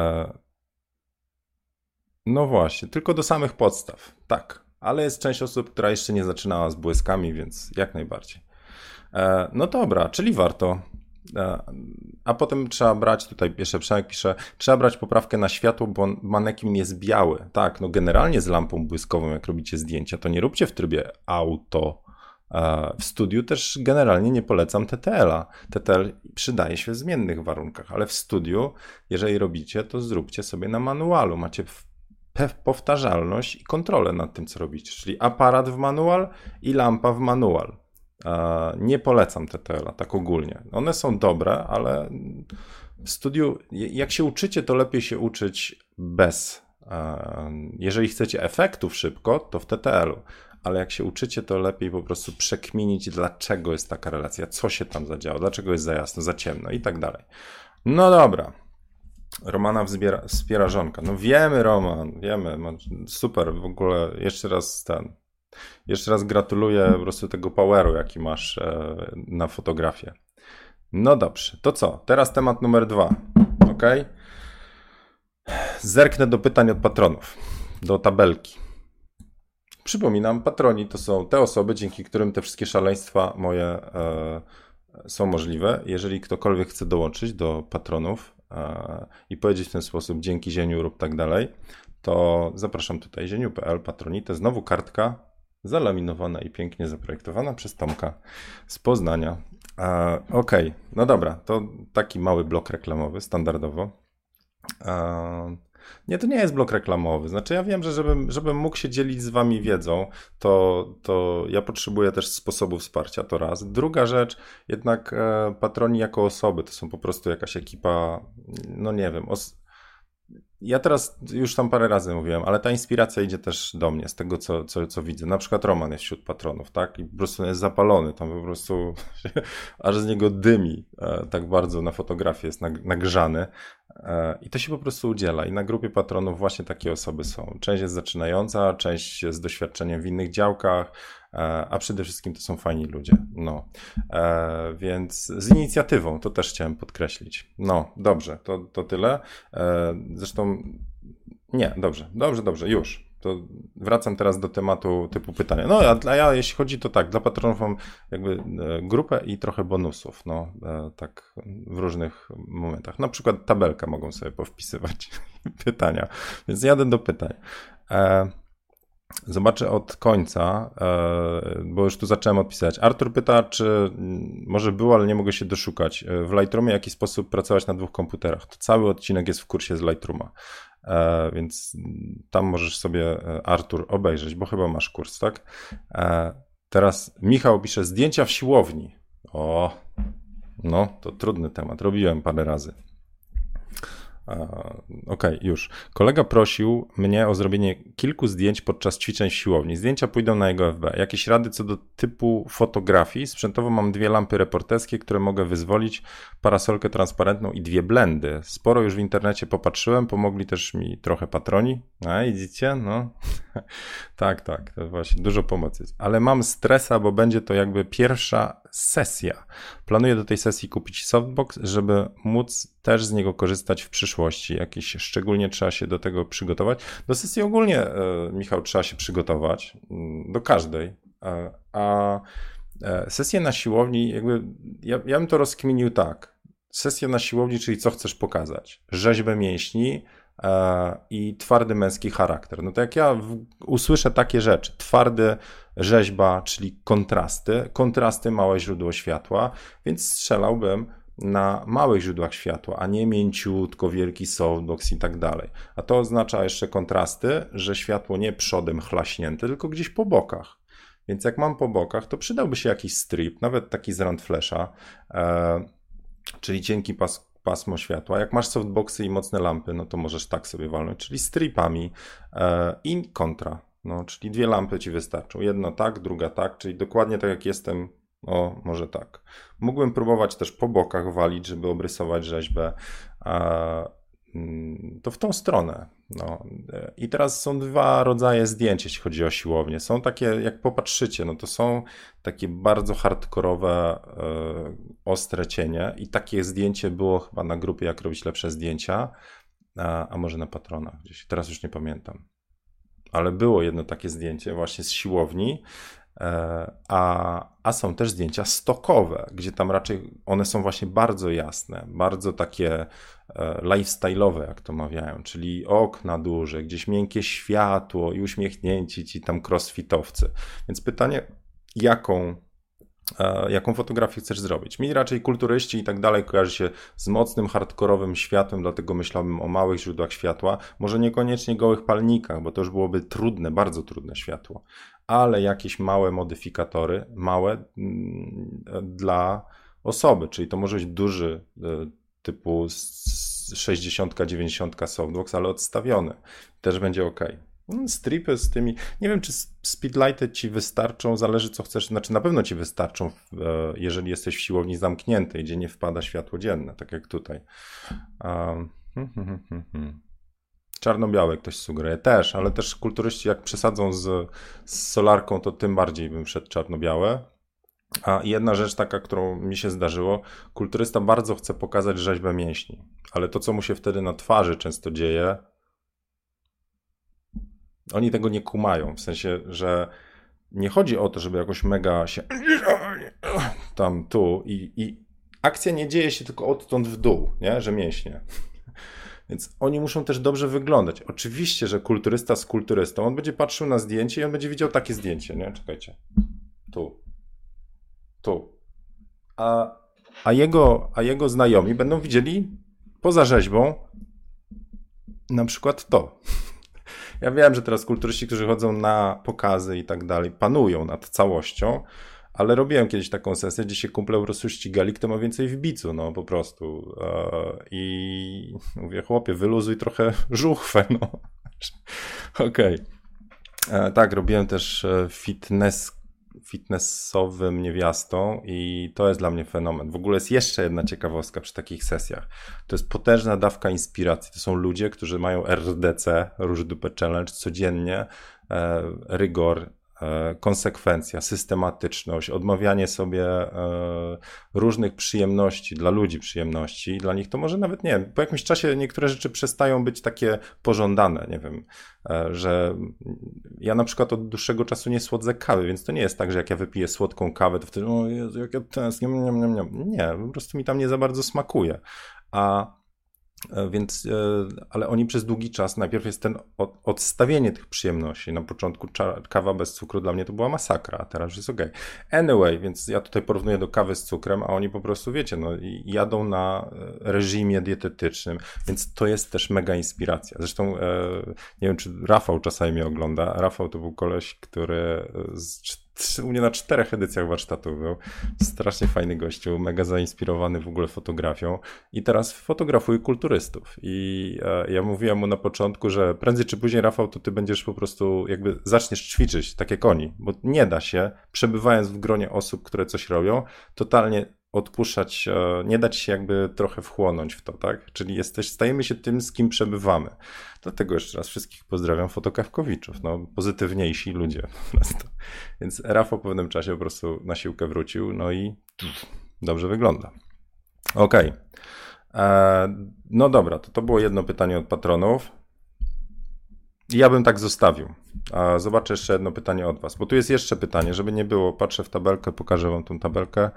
No właśnie, tylko do samych podstaw. Tak. Ale jest część osób, która jeszcze nie zaczynała z błyskami, więc jak najbardziej. E, no dobra, czyli warto. E, a potem trzeba brać, tutaj jeszcze Przemek pisze, trzeba brać poprawkę na światło, bo manekin jest biały. Tak, no generalnie z lampą błyskową, jak robicie zdjęcia, to nie róbcie w trybie auto. E, w studiu też generalnie nie polecam T T L-a. T T L przydaje się w zmiennych warunkach, ale w studiu, jeżeli robicie, to zróbcie sobie na manualu. Macie w powtarzalność i kontrolę nad tym, co robicie. Czyli aparat w manual i lampa w manual. Nie polecam T T L-a, tak ogólnie. One są dobre, ale w studiu, jak się uczycie, to lepiej się uczyć bez. Jeżeli chcecie efektów szybko, to w T T L-u. Ale jak się uczycie, to lepiej po prostu przekminić, dlaczego jest taka relacja, co się tam zadziało, dlaczego jest za jasno, za ciemno i tak dalej. No dobra. Romana wspiera, wspiera żonka. No wiemy, Roman, wiemy. Super, w ogóle jeszcze raz ten. Jeszcze raz gratuluję po prostu tego poweru, jaki masz e, na fotografię. No dobrze, to co? Teraz temat numer dwa. Ok? Zerknę do pytań od patronów. Do tabelki. Przypominam, patroni to są te osoby, dzięki którym te wszystkie szaleństwa moje e, są możliwe. Jeżeli ktokolwiek chce dołączyć do patronów i powiedzieć w ten sposób dzięki Zieniu lub tak dalej, to zapraszam tutaj zieniu kropka p l, patronite, znowu kartka zalaminowana i pięknie zaprojektowana przez Tomka z Poznania. E, Okej, okay. No dobra, to taki mały blok reklamowy, standardowo. E, nie, to nie jest blok reklamowy. Znaczy ja wiem, że żebym, żebym mógł się dzielić z wami wiedzą, to, to ja potrzebuję też sposobu wsparcia, to raz. Druga rzecz, jednak e, patroni jako osoby, to są po prostu jakaś ekipa, no nie wiem, os- ja teraz już tam parę razy mówiłem, ale ta inspiracja idzie też do mnie, z tego co, co, co widzę. Na przykład Roman jest wśród patronów, tak? I po prostu jest zapalony, tam po prostu aż z niego dymi, e, tak bardzo na fotografii jest nag- nagrzany. I to się po prostu udziela. I na grupie patronów właśnie takie osoby są. Część jest zaczynająca, część z doświadczeniem w innych działkach, a przede wszystkim to są fajni ludzie. No. E, więc z inicjatywą, to też chciałem podkreślić. No, dobrze, to, to tyle. E, zresztą nie, dobrze, dobrze, dobrze, już. To wracam teraz do tematu typu pytania. No, a, a ja, jeśli chodzi, to tak, dla patronów mam jakby e, grupę i trochę bonusów, no, e, tak w różnych momentach. Na przykład tabelkę mogą sobie powpisywać pytania, więc jadę do pytań. E, Zobaczę od końca, e, bo już tu zacząłem odpisać. Artur pyta, czy może było, ale nie mogę się doszukać. W Lightroomie w jaki sposób pracować na dwóch komputerach? To cały odcinek jest w kursie z Lightrooma. e, więc tam możesz sobie, Artur, obejrzeć, bo chyba masz kurs, tak? E, teraz Michał pisze, zdjęcia w siłowni. O, no, to trudny temat, robiłem parę razy. Okej, okay, już. Kolega prosił mnie o zrobienie kilku zdjęć podczas ćwiczeń w siłowni. Zdjęcia pójdą na jego F B. Jakieś rady co do typu fotografii? Sprzętowo mam dwie lampy reporterskie, które mogę wyzwolić, parasolkę transparentną i dwie blendy. Sporo już w internecie popatrzyłem, pomogli też mi trochę patroni. A, widzicie? No. tak, tak, to właśnie dużo pomocy jest. Ale mam stresa, bo będzie to jakby pierwsza sesja. Planuję do tej sesji kupić softbox, żeby móc też z niego korzystać w przyszłości. Jakieś szczególnie trzeba się do tego przygotować. Do sesji ogólnie, e, Michał, trzeba się przygotować. Do każdej. E, a e, sesję na siłowni, jakby ja, ja bym to rozkminił tak. Sesja na siłowni, czyli co chcesz pokazać? Rzeźbę mięśni e, i twardy męski charakter. No to jak ja w, usłyszę takie rzeczy, twardy rzeźba, czyli kontrasty, kontrasty, małe źródło światła, więc strzelałbym na małych źródłach światła, a nie mięciutko, wielki softbox i tak dalej. A to oznacza jeszcze kontrasty, że światło nie przodem chlaśnięte, tylko gdzieś po bokach. Więc jak mam po bokach, to przydałby się jakiś strip, nawet taki z Randflasha, e, czyli cienki pas, pasmo światła. Jak masz softboxy i mocne lampy, no to możesz tak sobie walnąć, czyli stripami e, i kontra. No, czyli dwie lampy ci wystarczą. Jedna tak, druga tak, czyli dokładnie tak jak jestem, o, może tak. Mógłbym próbować też po bokach walić, żeby obrysować rzeźbę. A, to w tą stronę. No. I teraz są dwa rodzaje zdjęć, jeśli chodzi o siłownię. Są takie, jak popatrzycie, no to są takie bardzo hardkorowe, e, ostre cienie i takie zdjęcie było chyba na grupie, jak robić lepsze zdjęcia, a, a może na Patronach gdzieś. Teraz już nie pamiętam. Ale było jedno takie zdjęcie właśnie z siłowni, a, a są też zdjęcia stokowe, gdzie tam raczej one są właśnie bardzo jasne, bardzo takie lifestyle'owe, jak to mawiają, czyli okna duże, gdzieś miękkie światło i uśmiechnięci ci tam crossfitowcy. Więc pytanie, jaką jaką fotografię chcesz zrobić. Mi raczej kulturyści i tak dalej kojarzy się z mocnym, hardkorowym światłem, dlatego myślałbym o małych źródłach światła, może niekoniecznie gołych palnikach, bo to już byłoby trudne, bardzo trudne światło, ale jakieś małe modyfikatory, małe mm, dla osoby, czyli to może być duży typu sześćdziesiąt dziewięćdziesiąt softbox, ale odstawiony. Też będzie ok. Stripy z tymi, nie wiem czy speedlighty ci wystarczą, zależy co chcesz, znaczy na pewno ci wystarczą, jeżeli jesteś w siłowni zamkniętej, gdzie nie wpada światło dzienne, tak jak tutaj. Um, hmm, hmm, hmm, hmm. Czarno-białe ktoś sugeruje, też, ale też kulturyści jak przesadzą z, z solarką, to tym bardziej bym szedł czarno-białe. A jedna rzecz taka, którą mi się zdarzyło, kulturysta bardzo chce pokazać rzeźbę mięśni, ale to co mu się wtedy na twarzy często dzieje, oni tego nie kumają, w sensie, że nie chodzi o to, żeby jakoś mega się tam, tu i, i akcja nie dzieje się tylko odtąd w dół, nie? Że mięśnie. Więc oni muszą też dobrze wyglądać. Oczywiście, że kulturysta z kulturystą, on będzie patrzył na zdjęcie i on będzie widział takie zdjęcie, nie? Czekajcie. Tu. Tu. A, a, jego, a jego znajomi będą widzieli poza rzeźbą na przykład to. Ja wiem, że teraz kulturyści, którzy chodzą na pokazy i tak dalej, panują nad całością, ale robiłem kiedyś taką sesję, gdzie się kumple po prostu ścigali, kto ma więcej w bicu, no po prostu. I mówię, chłopie, wyluzuj trochę żuchwę, no. Okej. Okay. Tak, robiłem też fitness, fitnessowym niewiastą i to jest dla mnie fenomen. W ogóle jest jeszcze jedna ciekawostka przy takich sesjach. To jest potężna dawka inspiracji. To są ludzie, którzy mają R D C, Róż Dupę Challenge, codziennie, e, rygor, e, konsekwencja, systematyczność, odmawianie sobie e, różnych przyjemności, dla ludzi przyjemności i dla nich to może nawet, nie wiem, po jakimś czasie niektóre rzeczy przestają być takie pożądane, nie wiem, e, że ja na przykład od dłuższego czasu nie słodzę kawy, więc to nie jest tak, że jak ja wypiję słodką kawę, to wtedy, o Jezu, jak ja tęsknię, nie, nie, nie, nie, po prostu mi tam nie za bardzo smakuje, a Więc, ale oni przez długi czas, najpierw jest ten od, odstawienie tych przyjemności. Na początku cza, kawa bez cukru dla mnie to była masakra, a teraz już jest okej. Okay. Anyway, więc ja tutaj porównuję do kawy z cukrem, a oni po prostu, wiecie, no, jadą na reżimie dietetycznym, więc to jest też mega inspiracja. Zresztą e, nie wiem, czy Rafał czasami mnie ogląda. Rafał to był koleś, który z u mnie na czterech edycjach warsztatów był. Strasznie fajny gościu, mega zainspirowany w ogóle fotografią i teraz fotografuje kulturystów. I e, ja mówiłem mu na początku, że prędzej czy później, Rafał, to ty będziesz po prostu jakby zaczniesz ćwiczyć, tak jak oni, bo nie da się, przebywając w gronie osób, które coś robią, totalnie odpuszczać, e, nie dać się jakby trochę wchłonąć w to, tak? Czyli jesteś, stajemy się tym, z kim przebywamy. Dlatego jeszcze raz wszystkich pozdrawiam fotokawkowiczów, no pozytywniejsi ludzie po prostu. Więc Rafał po pewnym czasie po prostu na siłkę wrócił, no i pff, dobrze wygląda. Okej. Okay. No dobra, to to było jedno pytanie od patronów. I ja bym tak zostawił. A zobaczę jeszcze jedno pytanie od was, bo tu jest jeszcze pytanie, żeby nie było, patrzę w tabelkę, pokażę wam tą tabelkę.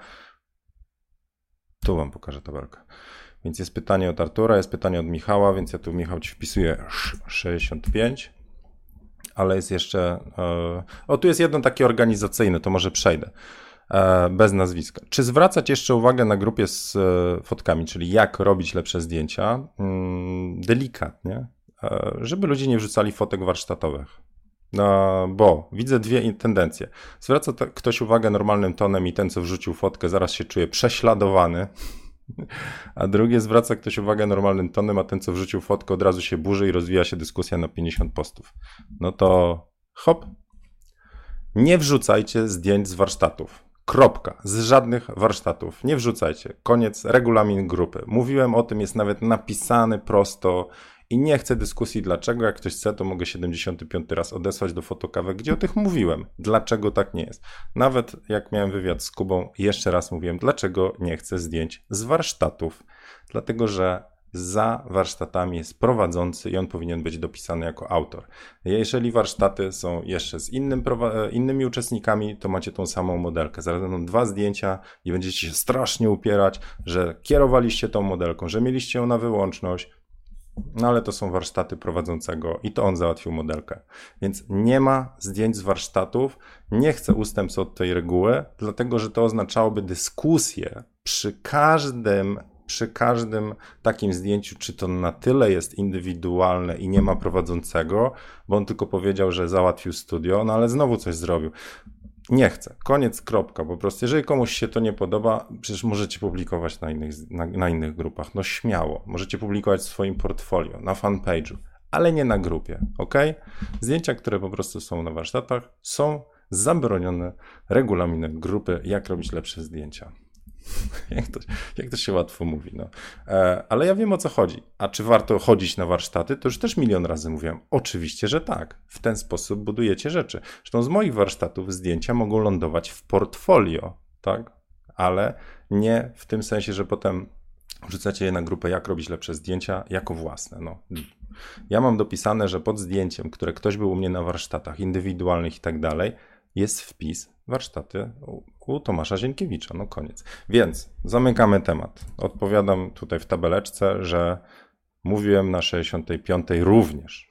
Tu wam pokażę tabelkę. Więc jest pytanie od Artura, jest pytanie od Michała, więc ja tu, Michał, ci wpisuję sześćdziesiąt pięć, ale jest jeszcze... E, o, tu jest jedno takie organizacyjne, to może przejdę, e, bez nazwiska. Czy zwracać jeszcze uwagę na grupie z e, fotkami, czyli jak robić lepsze zdjęcia, mm, delikatnie, e, żeby ludzie nie wrzucali fotek warsztatowych. No, bo widzę dwie tendencje. Zwraca to ktoś uwagę normalnym tonem i ten, co wrzucił fotkę, zaraz się czuje prześladowany. A drugie, zwraca ktoś uwagę normalnym tonem, a ten, co wrzucił fotkę, od razu się burzy i rozwija się dyskusja na pięćdziesiąt postów. No to hop. Nie wrzucajcie zdjęć z warsztatów. Kropka. Z żadnych warsztatów. Nie wrzucajcie. Koniec. Regulamin grupy. Mówiłem o tym, jest nawet napisany prosto. I nie chcę dyskusji dlaczego, jak ktoś chce, to mogę siedemdziesiąty piąty raz odesłać do fotokawek, gdzie o tych mówiłem, dlaczego tak nie jest. Nawet jak miałem wywiad z Kubą, jeszcze raz mówiłem, dlaczego nie chcę zdjęć z warsztatów. Dlatego, że za warsztatami jest prowadzący i on powinien być dopisany jako autor. Jeżeli warsztaty są jeszcze z innym, innymi uczestnikami, to macie tą samą modelkę. Zaraz będą dwa zdjęcia i będziecie się strasznie upierać, że kierowaliście tą modelką, że mieliście ją na wyłączność. No ale to są warsztaty prowadzącego i to on załatwił modelkę. Więc nie ma zdjęć z warsztatów, nie chcę ustępstw od tej reguły, dlatego że to oznaczałoby dyskusję przy każdym, przy każdym takim zdjęciu, czy to na tyle jest indywidualne i nie ma prowadzącego, bo on tylko powiedział, że załatwił studio, no ale znowu coś zrobił. Nie chcę. Koniec, kropka. Po prostu, jeżeli komuś się to nie podoba, przecież możecie publikować na innych, na, na innych grupach. No śmiało. Możecie publikować w swoim portfolio, na fanpage'u, ale nie na grupie, ok? Zdjęcia, które po prostu są na warsztatach, są zabronione regulaminem grupy, jak robić lepsze zdjęcia. Jak to, jak to się łatwo mówi, no. E, ale ja wiem, o co chodzi. A czy warto chodzić na warsztaty? To już też milion razy mówiłem. Oczywiście, że tak. W ten sposób budujecie rzeczy. Zresztą z moich warsztatów zdjęcia mogą lądować w portfolio, tak? Ale nie w tym sensie, że potem wrzucacie je na grupę, jak robić lepsze zdjęcia, jako własne. No. Ja mam dopisane, że pod zdjęciem, które ktoś był u mnie na warsztatach indywidualnych i tak dalej, jest wpis warsztaty u, u Tomasza Zienkiewicza. No koniec. Więc zamykamy temat. Odpowiadam tutaj w tabeleczce, że mówiłem na sześćdziesiątej piątej również.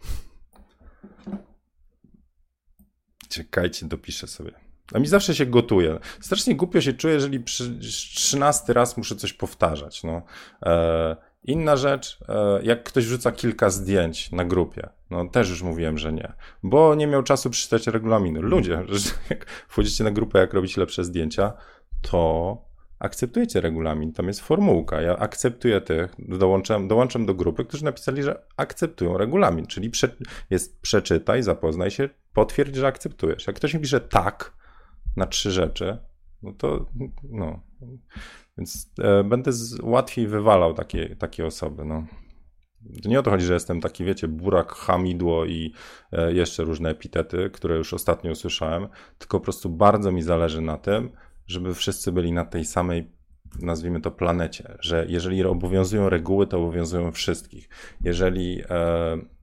Czekajcie, dopiszę sobie. A mi zawsze się gotuje. Strasznie głupio się czuję, jeżeli przy trzynasty raz muszę coś powtarzać. No. E, inna rzecz, e, jak ktoś wrzuca kilka zdjęć na grupie, no też już mówiłem, że nie. Bo nie miał czasu przeczytać regulaminu. Ludzie, że jak wchodzicie na grupę, jak robić lepsze zdjęcia, to akceptujecie regulamin. Tam jest formułka. Ja akceptuję tych, dołączam, dołączam do grupy, którzy napisali, że akceptują regulamin. Czyli prze, jest przeczytaj, zapoznaj się, potwierdź, że akceptujesz. Jak ktoś mi pisze tak na trzy rzeczy, no to no. Więc e, będę z, łatwiej wywalał takie, takie osoby, no. To nie o to chodzi, że jestem taki, wiecie, burak, hamidło i e, jeszcze różne epitety, które już ostatnio usłyszałem, tylko po prostu bardzo mi zależy na tym, żeby wszyscy byli na tej samej, nazwijmy to, planecie, że jeżeli obowiązują reguły, to obowiązują wszystkich. Jeżeli e,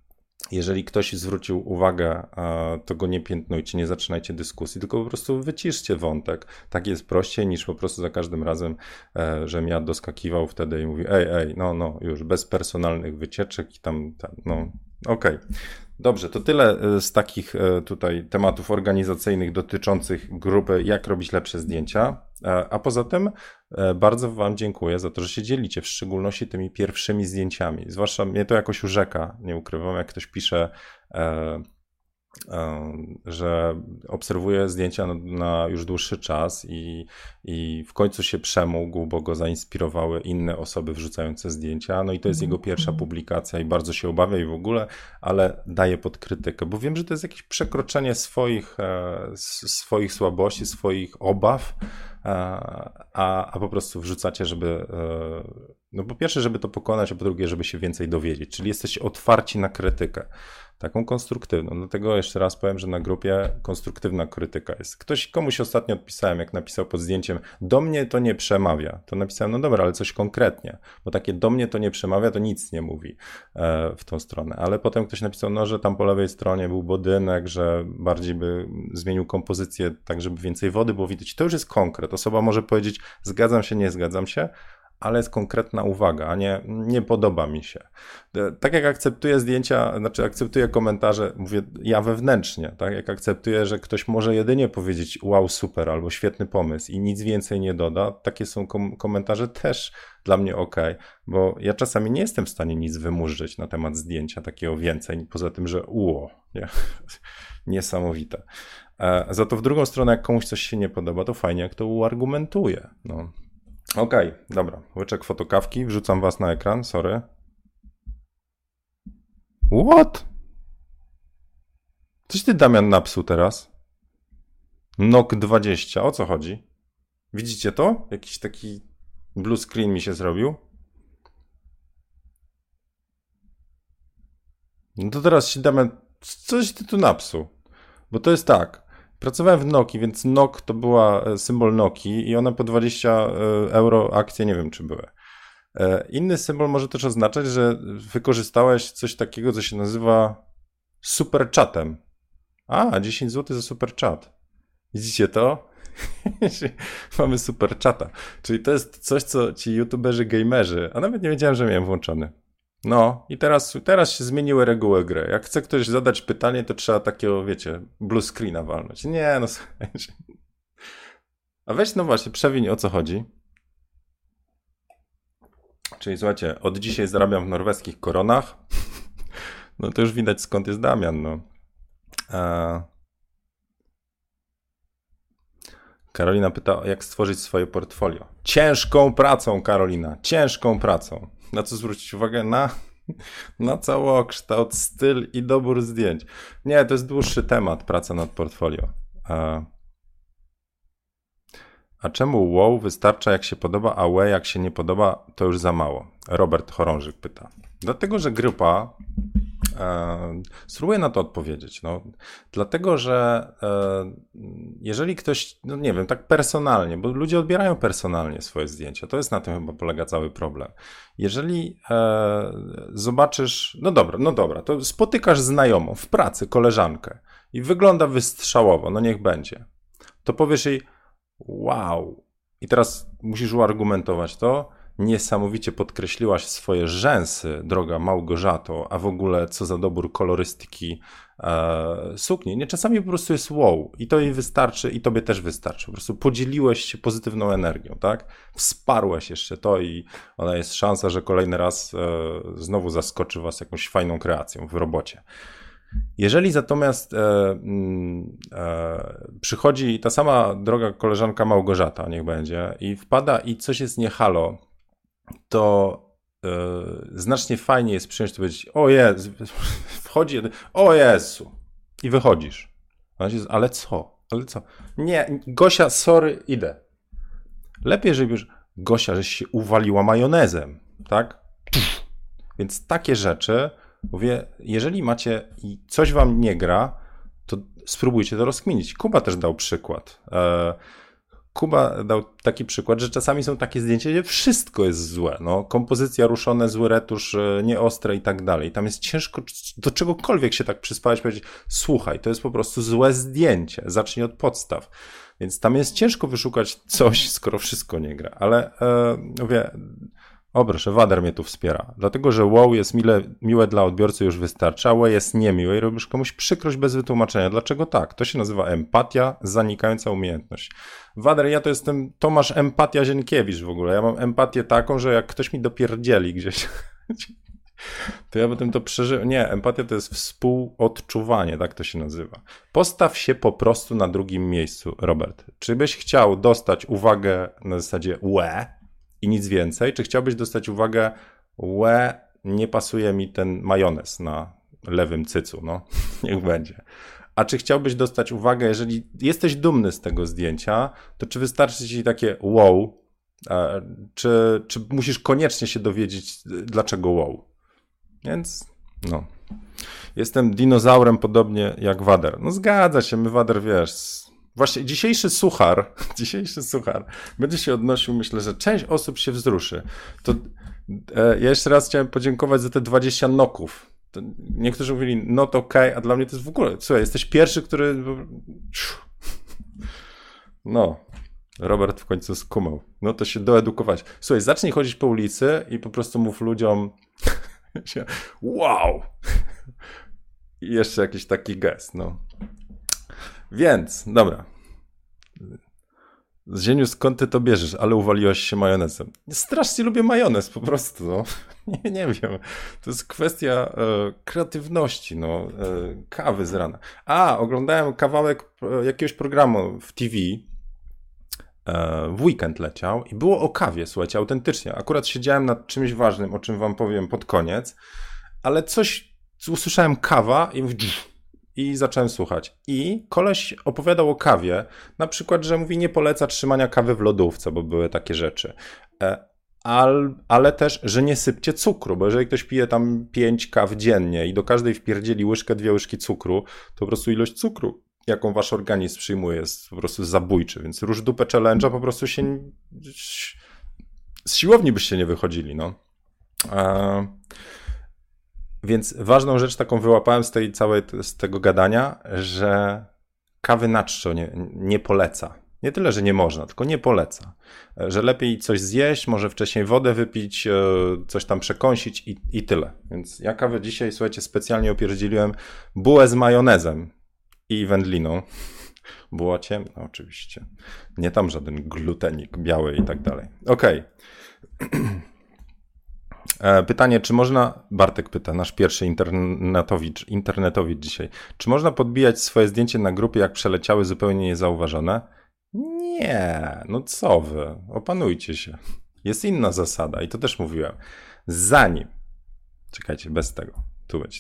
Jeżeli ktoś zwrócił uwagę, to go nie piętnujcie, nie zaczynajcie dyskusji, tylko po prostu wyciszcie wątek. Tak jest prościej niż po prostu za każdym razem, żebym ja doskakiwał wtedy i mówił, ej, ej, no, no, już bez personalnych wycieczek i tam, tam no, okej. Okay. Dobrze, to tyle z takich tutaj tematów organizacyjnych dotyczących grupy, jak robić lepsze zdjęcia. A poza tym bardzo wam dziękuję za to, że się dzielicie, w szczególności tymi pierwszymi zdjęciami. Zwłaszcza mnie to jakoś urzeka, nie ukrywam, jak ktoś pisze, e, e, że obserwuje zdjęcia na, na już dłuższy czas i, i w końcu się przemógł, bo go zainspirowały inne osoby wrzucające zdjęcia. No i to jest jego pierwsza publikacja i bardzo się obawia i w ogóle, ale daje pod krytykę, bo wiem, że to jest jakieś przekroczenie swoich, e, swoich słabości, swoich obaw, A, a po prostu wrzucacie, żeby, no po pierwsze, żeby to pokonać, a po drugie, żeby się więcej dowiedzieć, czyli jesteście otwarci na krytykę, taką konstruktywną. Dlatego jeszcze raz powiem, że na grupie konstruktywna krytyka jest. Ktoś, komuś ostatnio odpisałem, jak napisał pod zdjęciem, do mnie to nie przemawia, to napisałem, no dobra, ale coś konkretnie, bo takie do mnie to nie przemawia, to nic nie mówi e, w tą stronę, ale potem ktoś napisał, no, że tam po lewej stronie był budynek, że bardziej by zmienił kompozycję tak, żeby więcej wody było widać. To już jest konkret. Osoba może powiedzieć, zgadzam się, nie zgadzam się, ale jest konkretna uwaga, a nie, nie podoba mi się. Tak jak akceptuję zdjęcia, znaczy akceptuję komentarze, mówię ja wewnętrznie, tak jak akceptuję, że ktoś może jedynie powiedzieć wow, super, albo świetny pomysł i nic więcej nie doda, takie są kom- komentarze też dla mnie ok, bo ja czasami nie jestem w stanie nic wymurzyć na temat zdjęcia takiego więcej, poza tym, że uło, nie? Niesamowite. Za to w drugą stronę, jak komuś coś się nie podoba, to fajnie, jak to uargumentuje. No. Okej, okay, dobra. Łyczek fotokawki, wrzucam was na ekran, sorry. What? Coś ty, Damian, napsuł teraz? Nok dwadzieścia, o co chodzi? Widzicie to? Jakiś taki blue screen mi się zrobił. No to teraz się, Damian, coś ty tu napsuł. Bo to jest tak. Pracowałem w Nokii, więc Nok to była symbol Nokii i one po dwadzieścia euro akcje, nie wiem czy były. Inny symbol może też oznaczać, że wykorzystałeś coś takiego, co się nazywa super chatem. A, dziesięć złotych za super chat. Widzicie to? Mamy super chata. Czyli to jest coś, co ci youtuberzy, gamerzy, a nawet nie wiedziałem, że miałem włączony. No i teraz, teraz się zmieniły reguły gry. Jak chce ktoś zadać pytanie, to trzeba takiego, wiecie, blue screena walnąć. Nie, no słuchajcie. A weź, no właśnie, przewiń, o co chodzi. Czyli słuchajcie, od dzisiaj zarabiam w norweskich koronach. No to już widać, skąd jest Damian, no. A... Karolina pyta, jak stworzyć swoje portfolio. Ciężką pracą, Karolina, ciężką pracą. Na co zwrócić uwagę? Na, na całokształt, styl i dobór zdjęć. Nie, to jest dłuższy temat, praca nad portfolio. A, a czemu wow wystarcza jak się podoba, a łe jak się nie podoba, to już za mało? Robert Chorążyk pyta. Dlatego, że grupa... E, spróbuję na to odpowiedzieć. No, dlatego, że e, jeżeli ktoś, no nie wiem, tak personalnie, bo ludzie odbierają personalnie swoje zdjęcia, to jest na tym chyba polega cały problem. Jeżeli e, zobaczysz, no dobra, no dobra, to spotykasz znajomą w pracy, koleżankę i wygląda wystrzałowo, no niech będzie, to powiesz jej wow i teraz musisz uargumentować to, niesamowicie podkreśliłaś swoje rzęsy, droga Małgorzato, a w ogóle co za dobór kolorystyki e, sukni. Nie, czasami po prostu jest wow i to jej wystarczy i tobie też wystarczy. Po prostu podzieliłeś się pozytywną energią, tak? Wsparłeś jeszcze to i ona jest szansa, że kolejny raz e, znowu zaskoczy was jakąś fajną kreacją w robocie. Jeżeli natomiast e, e, przychodzi ta sama droga koleżanka Małgorzata, niech będzie, i wpada i coś jest nie halo, to e, znacznie fajniej jest przyjąć to powiedzieć, o Jezu, wchodzi, o Jezu, i wychodzisz. Ale co? Ale co? Nie, Gosia, sorry, idę. Lepiej, żeby już Gosia, żeś się uwaliła majonezem, tak? Więc takie rzeczy, mówię, jeżeli macie i coś wam nie gra, to spróbujcie to rozkminić. Kuba też dał przykład. E, Kuba dał taki przykład, że czasami są takie zdjęcia, gdzie wszystko jest złe. No, kompozycja ruszone, zły retusz, nieostre i tak dalej. Tam jest ciężko do czegokolwiek się tak przyspać, powiedzieć, słuchaj, to jest po prostu złe zdjęcie, zacznij od podstaw. Więc tam jest ciężko wyszukać coś, skoro wszystko nie gra. Ale e, mówię, o proszę, Wader mnie tu wspiera. Dlatego, że wow jest mile, miłe dla odbiorcy już wystarczy, a wow jest niemiłe i robisz komuś przykrość bez wytłumaczenia. Dlaczego tak? To się nazywa empatia, zanikająca umiejętność. Wader, ja to jestem Tomasz Empatia Zienkiewicz w ogóle. Ja mam empatię taką, że jak ktoś mi dopierdzieli gdzieś, to ja potem to przeżyję. Nie, empatia to jest współodczuwanie, tak to się nazywa. Postaw się po prostu na drugim miejscu, Robert. Czy byś chciał dostać uwagę na zasadzie łe i nic więcej, czy chciałbyś dostać uwagę łe, nie pasuje mi ten majonez na lewym cycu, no, niech będzie. A czy chciałbyś dostać uwagę, jeżeli jesteś dumny z tego zdjęcia, to czy wystarczy ci takie wow, czy, czy musisz koniecznie się dowiedzieć, dlaczego wow? Więc, no, jestem dinozaurem podobnie jak Wader. No zgadza się, my Wader, wiesz, właśnie dzisiejszy suchar, dzisiejszy suchar będzie się odnosił, myślę, że część osób się wzruszy. To e, ja jeszcze raz chciałem podziękować za te dwadzieścia noków. To niektórzy mówili, no to okej, okay, a dla mnie to jest w ogóle, słuchaj, jesteś pierwszy, który... No, Robert w końcu skumał. No to się doedukować. Słuchaj, zacznij chodzić po ulicy i po prostu mów ludziom wow! I jeszcze jakiś taki gest, no. Więc, dobra. Zieniu, skąd ty to bierzesz? Ale uwaliłaś się majonezem. Strasznie lubię majonez po prostu, no. Nie, nie wiem. To jest kwestia e, kreatywności, no. E, kawy z rana. A, oglądałem kawałek e, jakiegoś programu w T V. E, w weekend leciał i było o kawie, słuchajcie, autentycznie. Akurat siedziałem nad czymś ważnym, o czym wam powiem pod koniec, ale coś, usłyszałem kawa i I zacząłem słuchać. I koleś opowiadał o kawie, na przykład, że mówi, nie poleca trzymania kawy w lodówce, bo były takie rzeczy. Ale, ale też, że nie sypcie cukru, bo jeżeli ktoś pije tam pięć kaw dziennie i do każdej wpierdzieli łyżkę, dwie łyżki cukru, to po prostu ilość cukru, jaką wasz organizm przyjmuje, jest po prostu zabójczy. Więc róż dupę challenge'a po prostu się... Z siłowni byście nie wychodzili, no. Eee... Więc ważną rzecz taką wyłapałem z tej całej, z tego gadania, że kawy na czczo nie, nie poleca. Nie tyle, że nie można, tylko nie poleca. Że lepiej coś zjeść, może wcześniej wodę wypić, coś tam przekąsić i, i tyle. Więc ja kawę dzisiaj, słuchajcie, specjalnie opierdzieliłem bułę z majonezem i wędliną. Była ciemna oczywiście. Nie tam żaden glutenik biały i tak dalej. Okej. Okay. Pytanie, czy można, Bartek pyta, nasz pierwszy internetowicz, internetowicz dzisiaj, czy można podbijać swoje zdjęcie na grupie, jak przeleciały zupełnie niezauważone? Nie, no co wy, opanujcie się. Jest inna zasada i to też mówiłem. Zanim, czekajcie, bez tego, tu będzie.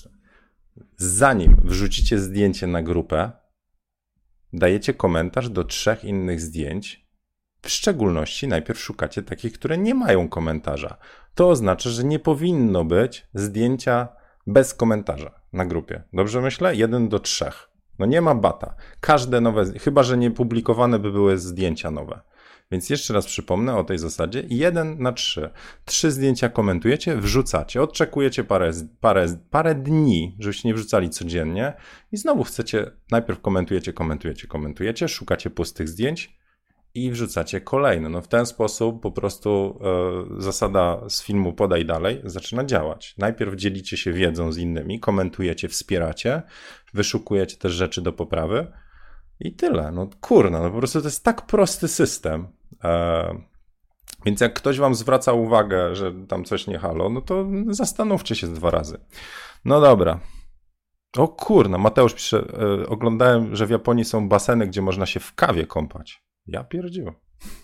Zanim wrzucicie zdjęcie na grupę, dajecie komentarz do trzech innych zdjęć. W szczególności najpierw szukacie takich, które nie mają komentarza. To oznacza, że nie powinno być zdjęcia bez komentarza na grupie. Dobrze myślę? Jeden do trzech. No nie ma bata. Każde nowe, chyba że nie publikowane by były zdjęcia nowe. Więc jeszcze raz przypomnę o tej zasadzie. Jeden na trzy. Trzy zdjęcia komentujecie, wrzucacie, odczekujecie parę, parę, parę dni, żebyście nie wrzucali codziennie i znowu chcecie, najpierw komentujecie, komentujecie, komentujecie, szukacie pustych zdjęć i wrzucacie kolejne. No w ten sposób po prostu e, zasada z filmu podaj dalej zaczyna działać. Najpierw dzielicie się wiedzą z innymi, komentujecie, wspieracie, wyszukujecie też rzeczy do poprawy i tyle. No kurna, no po prostu to jest tak prosty system. E, więc jak ktoś wam zwraca uwagę, że tam coś nie halo, no to zastanówcie się dwa razy. No dobra. O kurna, Mateusz pisze, e, oglądałem, że w Japonii są baseny, gdzie można się w kawie kąpać. Ja pierdził.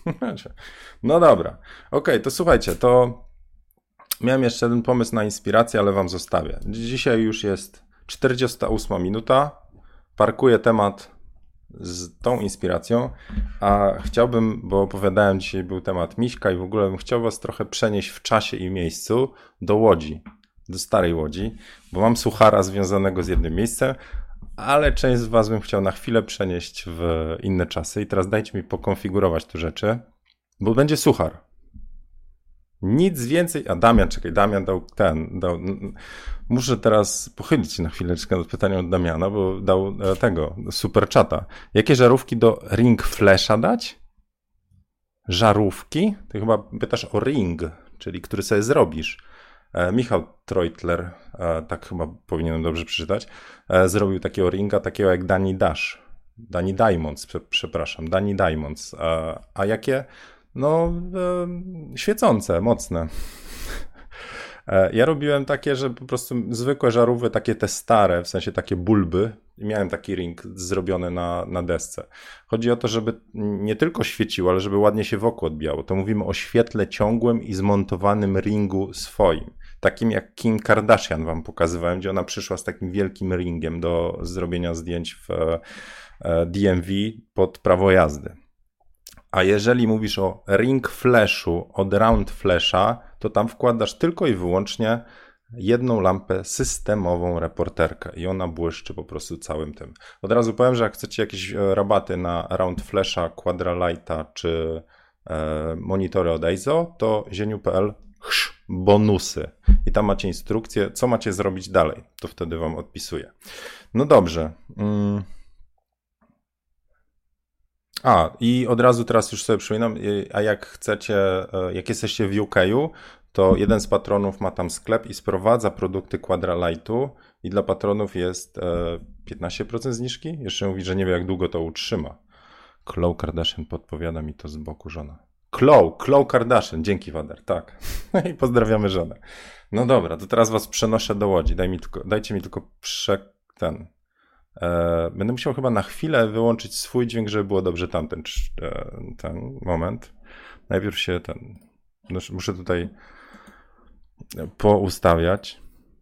No dobra. Okej, okay, to słuchajcie, to miałem jeszcze jeden pomysł na inspirację, ale wam zostawię. Dzisiaj już jest czterdziesta ósma minuta. Parkuję temat z tą inspiracją, a chciałbym, bo opowiadałem dzisiaj, był temat Miśka i w ogóle bym chciał was trochę przenieść w czasie i miejscu do Łodzi, do starej Łodzi, bo mam suchara związanego z jednym miejscem, Ale część z was bym chciał na chwilę przenieść w inne czasy i teraz dajcie mi pokonfigurować te rzeczy, bo będzie suchar. Nic więcej, a Damian, czekaj, Damian dał ten, dał, muszę teraz pochylić się na chwileczkę nad pytaniem od Damiana, bo dał tego, super czata. Jakie żarówki do Ring Flasha dać? Żarówki? Ty chyba pytasz o ring, czyli który sobie zrobisz. E, Michał Treutler, e, tak chyba powinienem dobrze przeczytać, e, zrobił takiego ringa, takiego jak Danny Dash. Danny Diamonds, prze, przepraszam, Danny Diamonds. E, a jakie? No, e, świecące, mocne. E, ja robiłem takie, że po prostu zwykłe żarówy, takie te stare, w sensie takie bulby. I miałem taki ring zrobiony na, na desce. Chodzi o to, żeby nie tylko świeciło, ale żeby ładnie się wokół odbijało. To mówimy o świetle ciągłym i zmontowanym ringu swoim. Takim jak Kim Kardashian wam pokazywałem, gdzie ona przyszła z takim wielkim ringiem do zrobienia zdjęć w D M V pod prawo jazdy. A jeżeli mówisz o ring flashu od round flasha, to tam wkładasz tylko i wyłącznie jedną lampę systemową reporterkę i ona błyszczy po prostu całym tym. Od razu powiem, że jak chcecie jakieś rabaty na round flasha, Quadralighta czy e, monitory od E I Z O, to zieniu kropka p l bonusy. I tam macie instrukcję, co macie zrobić dalej. To wtedy wam odpisuję. No dobrze. Mm. A, i od razu teraz już sobie przypominam, a jak chcecie, jak jesteście w U K u, to jeden z patronów ma tam sklep i sprowadza produkty Quadralightu i dla patronów jest piętnaście procent zniżki. Jeszcze mówi, że nie wie jak długo to utrzyma. Khloe Kardashian podpowiada mi to z boku żona. Khloe, Khloe Kardashian, dzięki Wader, tak. I pozdrawiamy żonę. No dobra, to teraz was przenoszę do Łodzi. Daj mi tylko, dajcie mi tylko prze... ten... E, będę musiał chyba na chwilę wyłączyć swój dźwięk, żeby było dobrze tamten e, ten moment. Najpierw się ten... Muszę tutaj poustawiać.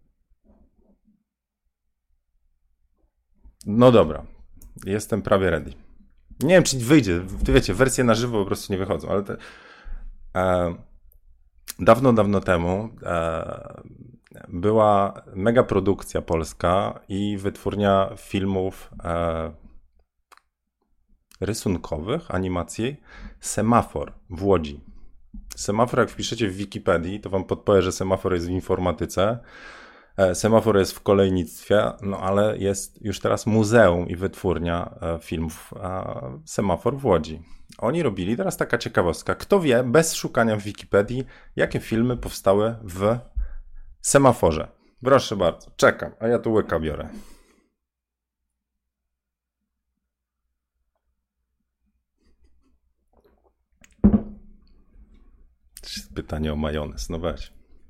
No dobra, jestem prawie ready. Nie wiem, czy wyjdzie. Wiecie, wersje na żywo po prostu nie wychodzą, ale te, e, dawno, dawno temu e, była mega produkcja polska i wytwórnia filmów e, rysunkowych, animacji Semafor w Łodzi. Semafor, jak wpiszecie w Wikipedii, to wam podpowie, że semafor jest w informatyce. Semafor jest w kolejnictwie, no ale jest już teraz muzeum i wytwórnia filmów Semafor w Łodzi. Oni robili, teraz taka ciekawostka, kto wie, bez szukania w Wikipedii, jakie filmy powstały w Semaforze. Proszę bardzo, czekam, a ja tu łyka biorę. Pytanie o majonez, no weź.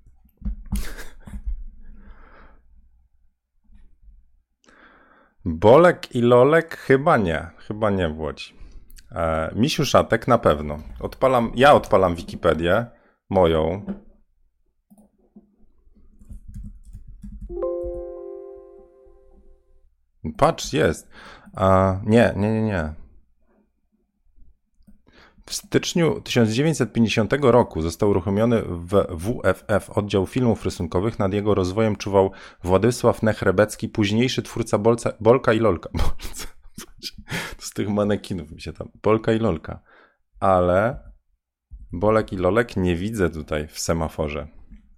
Bolek i Lolek chyba nie, chyba nie w Łodzi. E, Misiu Szatek na pewno. Odpalam, ja odpalam Wikipedię, moją. Patrz, jest. A, nie, nie, nie, nie. W styczniu tysiąc dziewięćset pięćdziesiątego roku został uruchomiony w W F F oddział filmów rysunkowych. Nad jego rozwojem czuwał Władysław Nechrebecki, późniejszy twórca Bolca, Bolka i Lolka. To z tych manekinów mi się tam... Bolka i Lolka. Ale Bolek i Lolek nie widzę tutaj w semaforze.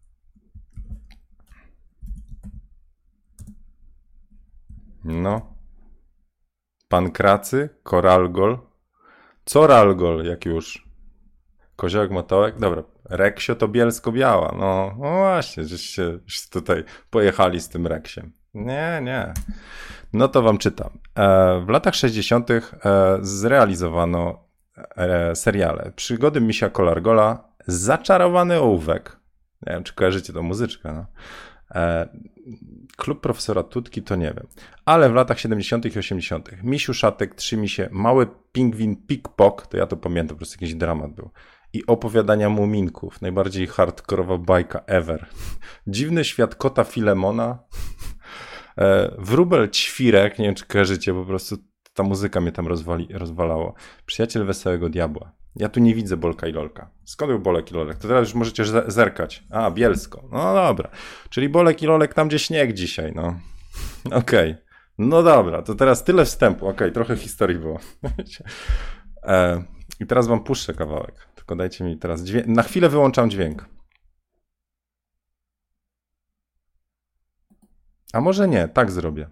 No. Pankracy, Koralgol. Co Ralgol, jak już? Koziołek, Matołek? Dobra. Reksio to Bielsko-Biała. No, no właśnie, żeście tutaj pojechali z tym Reksiem. Nie, nie. No to wam czytam. E, w latach sześćdziesiątych e, zrealizowano e, seriale Przygody Misia Kolargola, Zaczarowany ołówek. Nie wiem, czy kojarzycie tą muzyczkę, no. E, Klub Profesora Tutki to nie wiem. Ale w latach siedemdziesiątych i osiemdziesiątych Misiu Szatek, Trzy Misie, Mały Pingwin Pik-Pok, to ja to pamiętam, po prostu jakiś dramat był. I Opowiadania Muminków, najbardziej hardkorowa bajka ever. Dziwny świat kota Filemona, e, Wróbel Ćwirek, nie wiem czy kojarzycie, po prostu ta muzyka mnie tam rozwali, rozwalało. Przyjaciel Wesołego Diabła. Ja tu nie widzę Bolka i Lolka. Skąd był Bolek i Lolek? To teraz już możecie zerkać. A, Bielsko. No dobra. Czyli Bolek i Lolek tam, gdzie śnieg dzisiaj, no. Okej. Okay. No dobra, to teraz tyle wstępu. Okej, trochę historii było. e, I teraz wam puszczę kawałek. Tylko dajcie mi teraz dźwięk. Na chwilę wyłączam dźwięk. A może nie, tak zrobię.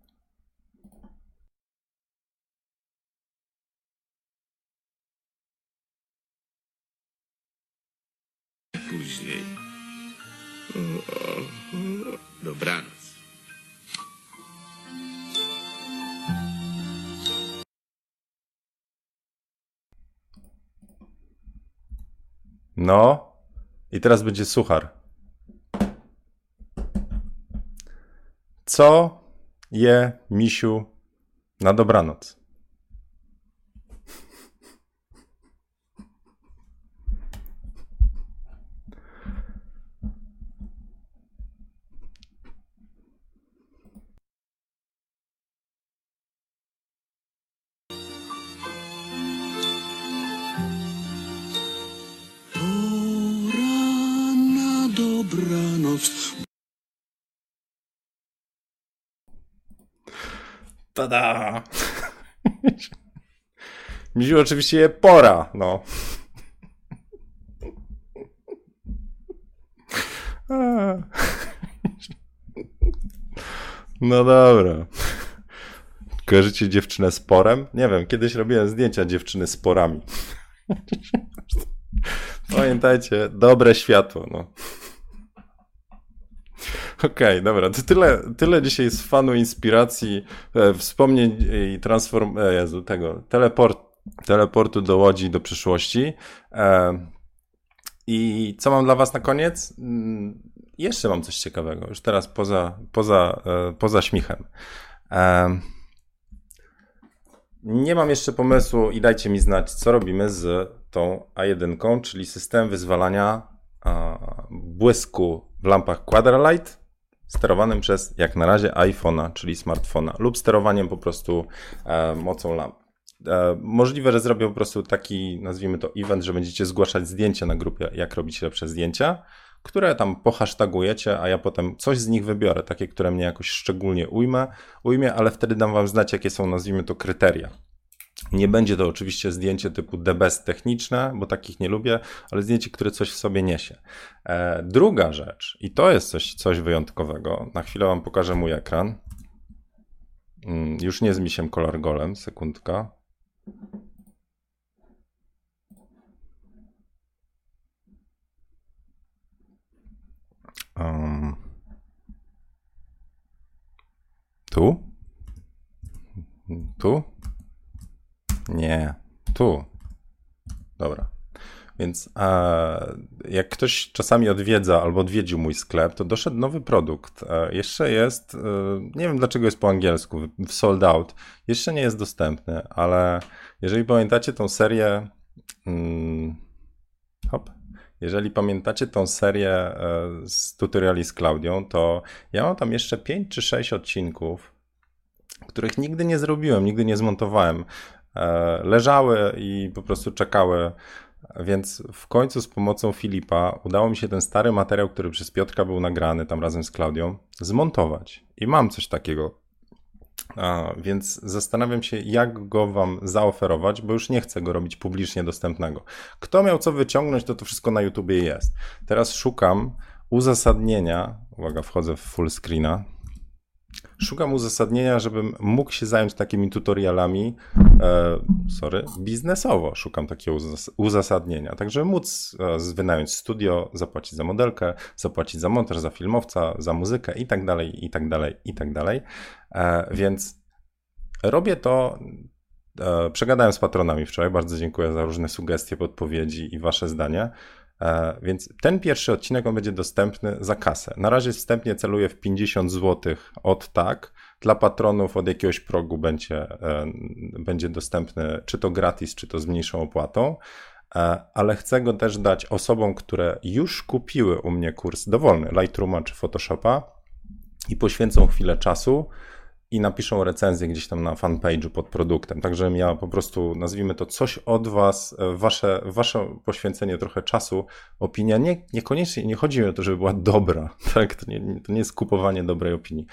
Później. Dobranoc. No. I teraz będzie suchar. Co je misiu na dobranoc? Pora na dobranoc. Tada! Misiu oczywiście je pora, no. No dobra. Kojarzycie dziewczynę z porem? Nie wiem, kiedyś robiłem zdjęcia dziewczyny z porami. Pamiętajcie, dobre światło, no. Okej, okay, dobra, to tyle, tyle dzisiaj z fanu, inspiracji, e, wspomnień i transform... E, Jezu, tego, teleport, teleportu do Łodzi, do przyszłości. E, I co mam dla was na koniec? Mm, jeszcze mam coś ciekawego, już teraz poza, poza, e, poza śmichem. E, nie mam jeszcze pomysłu i dajcie mi znać, co robimy z tą A jeden, czyli systemem wyzwalania e, błysku w lampach Quadralight, sterowanym przez, jak na razie, iPhone'a, czyli smartfona, lub sterowaniem po prostu e, mocą lamp. E, możliwe, że zrobię po prostu taki, nazwijmy to event, że będziecie zgłaszać zdjęcia na grupie, jak robić lepsze zdjęcia, które tam pohashtagujecie, a ja potem coś z nich wybiorę, takie, które mnie jakoś szczególnie ujmę, ujmie, ale wtedy dam wam znać, jakie są, nazwijmy to, kryteria. Nie będzie to oczywiście zdjęcie typu the best techniczne, bo takich nie lubię, ale zdjęcie, które coś w sobie niesie. E, druga rzecz, i to jest coś, coś wyjątkowego, na chwilę wam pokażę mój ekran. Mm, już nie z misiem Color Golem, sekundka. Um, tu? Tu? Nie, tu. Dobra. Więc e, jak ktoś czasami odwiedza albo odwiedził mój sklep, to doszedł nowy produkt. E, jeszcze jest, e, nie wiem dlaczego jest po angielsku, w sold out. Jeszcze nie jest dostępny, ale jeżeli pamiętacie tą serię, mm, hop, jeżeli pamiętacie tą serię e, z tutoriali z Klaudią, to ja mam tam jeszcze pięć czy sześć odcinków, których nigdy nie zrobiłem, nigdy nie zmontowałem. Leżały i po prostu czekały, więc w końcu z pomocą Filipa udało mi się ten stary materiał, który przez Piotrka był nagrany tam razem z Klaudią, zmontować. I mam coś takiego. A, więc zastanawiam się, jak go wam zaoferować, bo już nie chcę go robić publicznie dostępnego. Kto miał co wyciągnąć, to to wszystko na YouTubie jest. Teraz szukam uzasadnienia, uwaga, wchodzę w full screena, szukam uzasadnienia, żebym mógł się zająć takimi tutorialami, e, sorry, biznesowo szukam takiego uzas uzasadnienia, tak żeby móc e, wynająć studio, zapłacić za modelkę, zapłacić za montaż, za filmowca, za muzykę i tak dalej, i tak dalej, i tak dalej. E, więc robię to, e, przegadałem z patronami wczoraj, bardzo dziękuję za różne sugestie, podpowiedzi i wasze zdania. Więc ten pierwszy odcinek on będzie dostępny za kasę. Na razie wstępnie celuję w pięćdziesiąt złotych od tak. Dla patronów od jakiegoś progu będzie, będzie dostępny czy to gratis, czy to z mniejszą opłatą. Ale chcę go też dać osobom, które już kupiły u mnie kurs dowolny Lightrooma czy Photoshopa i poświęcą chwilę czasu i napiszą recenzję gdzieś tam na fanpage'u pod produktem. Także ja po prostu, nazwijmy to, coś od was, wasze, wasze poświęcenie trochę czasu, opinia, nie, niekoniecznie, nie chodzi mi o to, żeby była dobra, tak? To nie, to nie jest kupowanie dobrej opinii,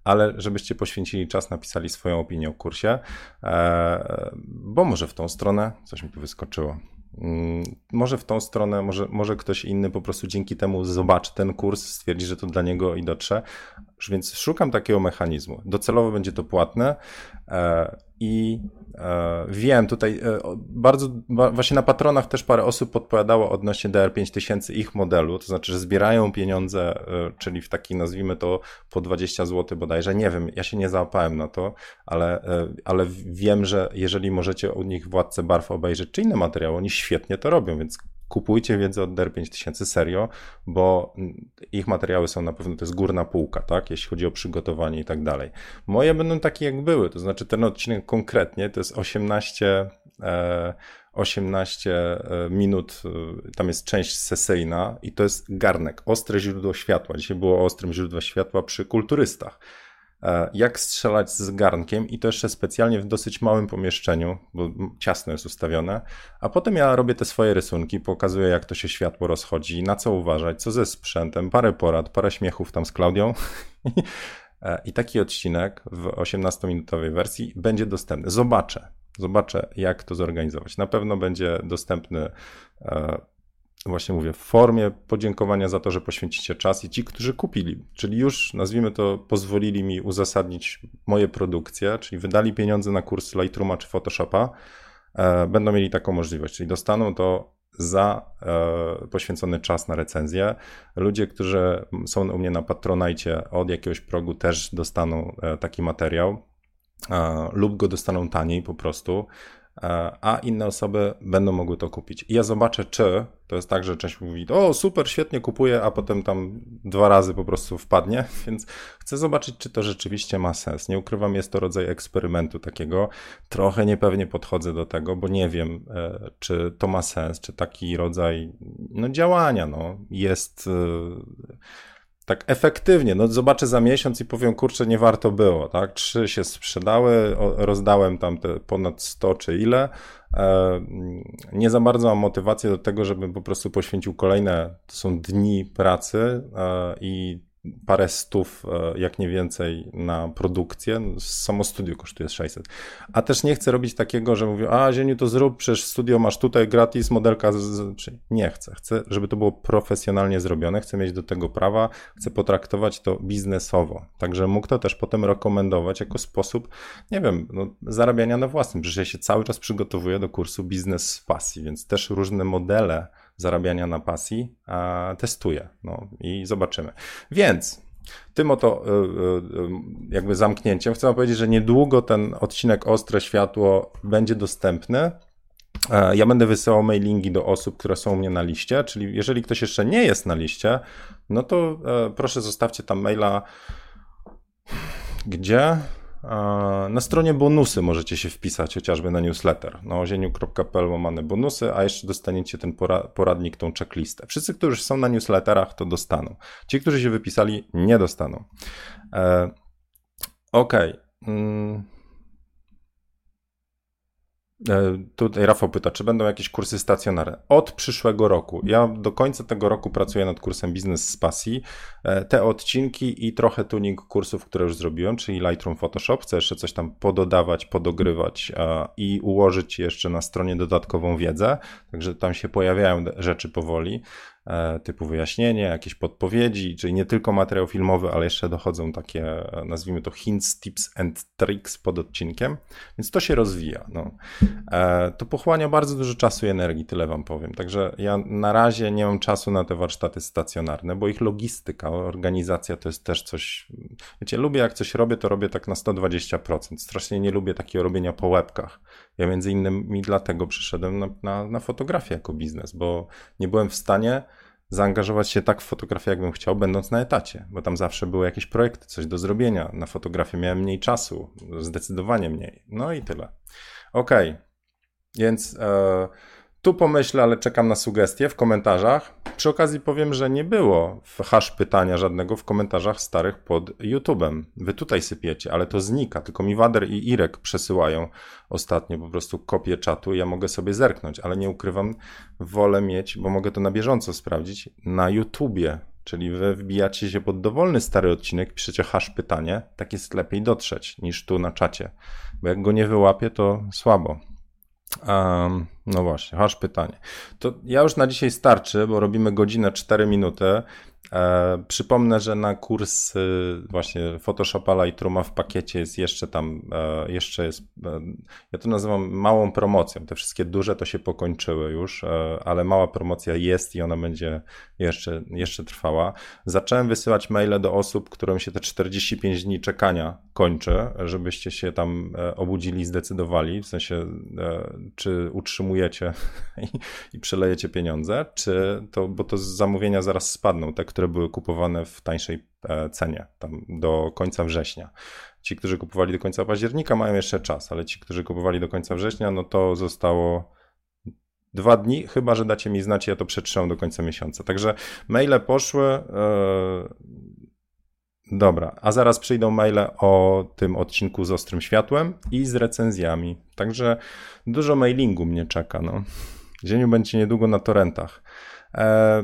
ale żebyście poświęcili czas, napisali swoją opinię o kursie, e, bo może w tą stronę, coś mi tu wyskoczyło, może w tą stronę, może, może ktoś inny po prostu dzięki temu zobaczy ten kurs, stwierdzi, że to dla niego i dotrze. Więc szukam takiego mechanizmu. Docelowo będzie to płatne e, i e, wiem, tutaj e, bardzo, ba, właśnie na Patronach też parę osób podpowiadało odnośnie D R pięć tysięcy ich modelu, to znaczy, że zbierają pieniądze, e, czyli w taki, nazwijmy to, po dwadzieścia złotych bodajże. Nie wiem, ja się nie załapałem na to, ale, e, ale wiem, że jeżeli możecie u nich Władcę Barw obejrzeć, czy inne materiały, oni świetnie to robią, więc kupujcie wiedzę od D R pięć tysięcy serio, bo ich materiały są na pewno, to jest górna półka, tak, jeśli chodzi o przygotowanie i tak dalej. Moje będą takie jak były, to znaczy ten odcinek konkretnie to jest osiemnaście, e, osiemnaście minut, tam jest część sesyjna i to jest garnek, ostre źródło światła. Dzisiaj było o ostrym źródle światła przy kulturystach. Jak strzelać z garnkiem i to jeszcze specjalnie w dosyć małym pomieszczeniu, bo ciasno jest ustawione, a potem ja robię te swoje rysunki, pokazuję jak to się światło rozchodzi, na co uważać, co ze sprzętem, parę porad, parę śmiechów tam z Klaudią i taki odcinek w osiemnastominutowej wersji będzie dostępny. Zobaczę, zobaczę jak to zorganizować. Na pewno będzie dostępny właśnie mówię, w formie podziękowania za to, że poświęcicie czas i ci, którzy kupili, czyli już, nazwijmy to, pozwolili mi uzasadnić moje produkcje, czyli wydali pieniądze na kurs Lightrooma czy Photoshopa, e, będą mieli taką możliwość, czyli dostaną to za e, poświęcony czas na recenzję. Ludzie, którzy są u mnie na Patronite od jakiegoś progu też dostaną e, taki materiał e, lub go dostaną taniej po prostu, a inne osoby będą mogły to kupić. I ja zobaczę, czy to jest tak, że część mówi, o super, świetnie kupuję, a potem tam dwa razy po prostu wpadnie, więc chcę zobaczyć, czy to rzeczywiście ma sens. Nie ukrywam, jest to rodzaj eksperymentu takiego. Trochę niepewnie podchodzę do tego, bo nie wiem, czy to ma sens, czy taki rodzaj no, działania no, jest tak efektywnie, no zobaczę za miesiąc i powiem, kurczę, nie warto było, tak? Trzy się sprzedały, rozdałem tam te ponad sto czy ile. Nie za bardzo mam motywację do tego, żebym po prostu poświęcił kolejne, to są dni pracy i parę stów, jak nie więcej, na produkcję. Samo studio kosztuje sześćset. A też nie chcę robić takiego, że mówię, a Zieniu, to zrób, przecież studio masz tutaj gratis, modelka. Z, z... Nie chcę. Chcę, żeby to było profesjonalnie zrobione. Chcę mieć do tego prawa. Chcę potraktować to biznesowo. Także mógł to też potem rekomendować jako sposób, nie wiem, no, zarabiania na własnym. Przecież ja się cały czas przygotowuję do kursu Biznes z pasji, więc też różne modele zarabiania na pasji a, testuję. No i zobaczymy. Więc tym oto y, y, jakby zamknięciem chcę wam powiedzieć, że niedługo ten odcinek Ostre Światło będzie dostępny. Ja będę wysyłał mailingi do osób, które są u mnie na liście, czyli jeżeli ktoś jeszcze nie jest na liście, no to proszę zostawcie tam maila. Gdzie? Na stronie bonusy możecie się wpisać chociażby na newsletter, na ozieniu kropka p l łamane bonusy, a jeszcze dostaniecie ten poradnik, tą checklistę. Wszyscy, którzy są na newsletterach, to dostaną. Ci, którzy się wypisali, nie dostaną. E, Okej. Okay. Mm. Tutaj Rafał pyta, czy będą jakieś kursy stacjonarne? Od przyszłego roku. Ja do końca tego roku pracuję nad kursem Biznes z pasji. Te odcinki i trochę tuning kursów, które już zrobiłem, czyli Lightroom, Photoshop. Chcę jeszcze coś tam pododawać, podogrywać i ułożyć jeszcze na stronie dodatkową wiedzę. Także tam się pojawiają rzeczy powoli, typu wyjaśnienie, jakieś podpowiedzi, czyli nie tylko materiał filmowy, ale jeszcze dochodzą takie, nazwijmy to hints, tips and tricks pod odcinkiem, więc to się rozwija. No. To pochłania bardzo dużo czasu i energii, tyle wam powiem. Także ja na razie nie mam czasu na te warsztaty stacjonarne, bo ich logistyka, organizacja to jest też coś, wiecie, lubię jak coś robię, to robię tak na sto dwadzieścia procent. Strasznie nie lubię takiego robienia po łebkach. Ja między innymi dlatego przyszedłem na, na, na fotografię jako biznes, bo nie byłem w stanie zaangażować się tak w fotografię, jakbym chciał, będąc na etacie, bo tam zawsze były jakieś projekty, coś do zrobienia. Na fotografię miałem mniej czasu, zdecydowanie mniej. No i tyle. Okej, okay. Więc e, tu pomyślę, ale czekam na sugestie w komentarzach. Przy okazji powiem, że nie było hash pytania żadnego w komentarzach starych pod YouTube'em. Wy tutaj sypiecie, ale to znika, tylko mi Wader i Irek przesyłają ostatnio po prostu kopię czatu i ja mogę sobie zerknąć, ale nie ukrywam, wolę mieć, bo mogę to na bieżąco sprawdzić, na YouTubie Czyli wy wbijacie się pod dowolny stary odcinek, piszecie hash pytanie, tak jest lepiej dotrzeć niż tu na czacie. Bo jak go nie wyłapię, to słabo. Um, no właśnie, hasz pytanie. To ja już na dzisiaj starczy, bo robimy godzinę cztery minuty. E, przypomnę, że na kurs y, właśnie Photoshopa Lightrooma w pakiecie jest jeszcze tam, e, jeszcze jest, e, ja to nazywam małą promocją. Te wszystkie duże to się pokończyły już, e, ale mała promocja jest i ona będzie jeszcze, jeszcze trwała. Zacząłem wysyłać maile do osób, którym się te czterdzieści pięć dni czekania kończy, żebyście się tam e, obudzili i zdecydowali, w sensie e, czy utrzymujecie i, i przelejecie pieniądze, czy to, bo to z zamówienia zaraz spadną, te, które były kupowane w tańszej cenie, tam do końca września. Ci, którzy kupowali do końca października, mają jeszcze czas, ale ci, którzy kupowali do końca września, no to zostało dwa dni, chyba że dacie mi znać, ja to przetrzymam do końca miesiąca. Także maile poszły. Yy... Dobra, a zaraz przyjdą maile o tym odcinku z Ostrym Światłem i z recenzjami. Także dużo mailingu mnie czeka. No. Dzieniu będzie niedługo na torrentach. E,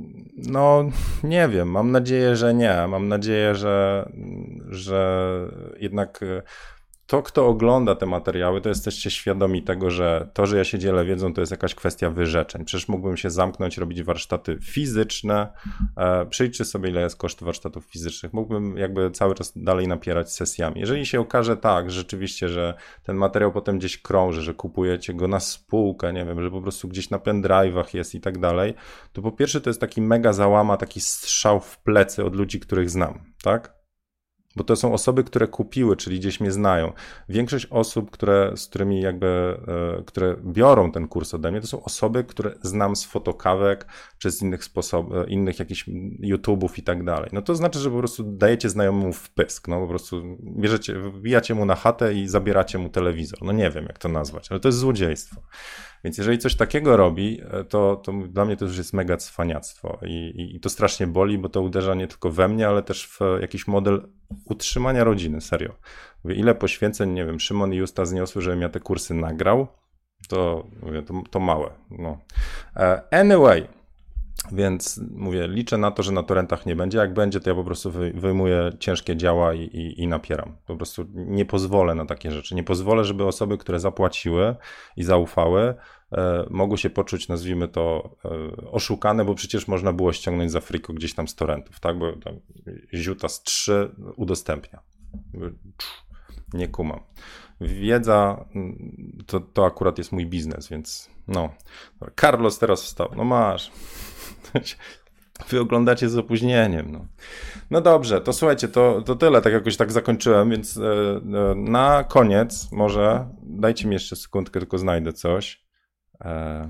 no, nie wiem, mam nadzieję, że nie. Mam nadzieję, że, że jednak to, kto ogląda te materiały, to jesteście świadomi tego, że to, że ja się dzielę wiedzą, to jest jakaś kwestia wyrzeczeń. Przecież mógłbym się zamknąć, robić warsztaty fizyczne. E, Przejdźcie sobie, ile jest koszt warsztatów fizycznych. Mógłbym jakby cały czas dalej napierać sesjami. Jeżeli się okaże tak, rzeczywiście, że ten materiał potem gdzieś krąży, że kupujecie go na spółkę, nie wiem, że po prostu gdzieś na pendrive'ach jest i tak dalej, to po pierwsze to jest taki mega załama, taki strzał w plecy od ludzi, których znam, tak? Bo to są osoby, które kupiły, czyli gdzieś mnie znają. Większość osób, które, z którymi jakby, e, które biorą ten kurs ode mnie, to są osoby, które znam z fotokawek, czy z innych sposobów, innych jakichś YouTube'ów i tak dalej. No to znaczy, że po prostu dajecie znajomemu wpysk, no po prostu bierzecie, wbijacie mu na chatę i zabieracie mu telewizor. No nie wiem, jak to nazwać, ale to jest złodziejstwo. Więc jeżeli coś takiego robi, to, to dla mnie to już jest mega cwaniactwo I, i, i to strasznie boli, bo to uderza nie tylko we mnie, ale też w jakiś model utrzymania rodziny, serio. Mówię, ile poświęceń, nie wiem, Szymon i Justa zniosły, żebym ja te kursy nagrał, to mówię, to, to małe. No. Anyway, więc mówię, liczę na to, że na torrentach nie będzie. Jak będzie, to ja po prostu wyjmuję ciężkie działa i, i, i napieram. Po prostu nie pozwolę na takie rzeczy. Nie pozwolę, żeby osoby, które zapłaciły i zaufały, e, mogły się poczuć, nazwijmy to, e, oszukane, bo przecież można było ściągnąć za friko gdzieś tam z torrentów, tak? Bo tam Ziutas trzy udostępnia. Nie kumam. Wiedza to, to akurat jest mój biznes, więc no. Carlos teraz wstał. No masz. Wy oglądacie z opóźnieniem. No, no dobrze, to słuchajcie, to, to tyle, tak jakoś tak zakończyłem, więc e, na koniec może dajcie mi jeszcze sekundkę, tylko znajdę coś. E...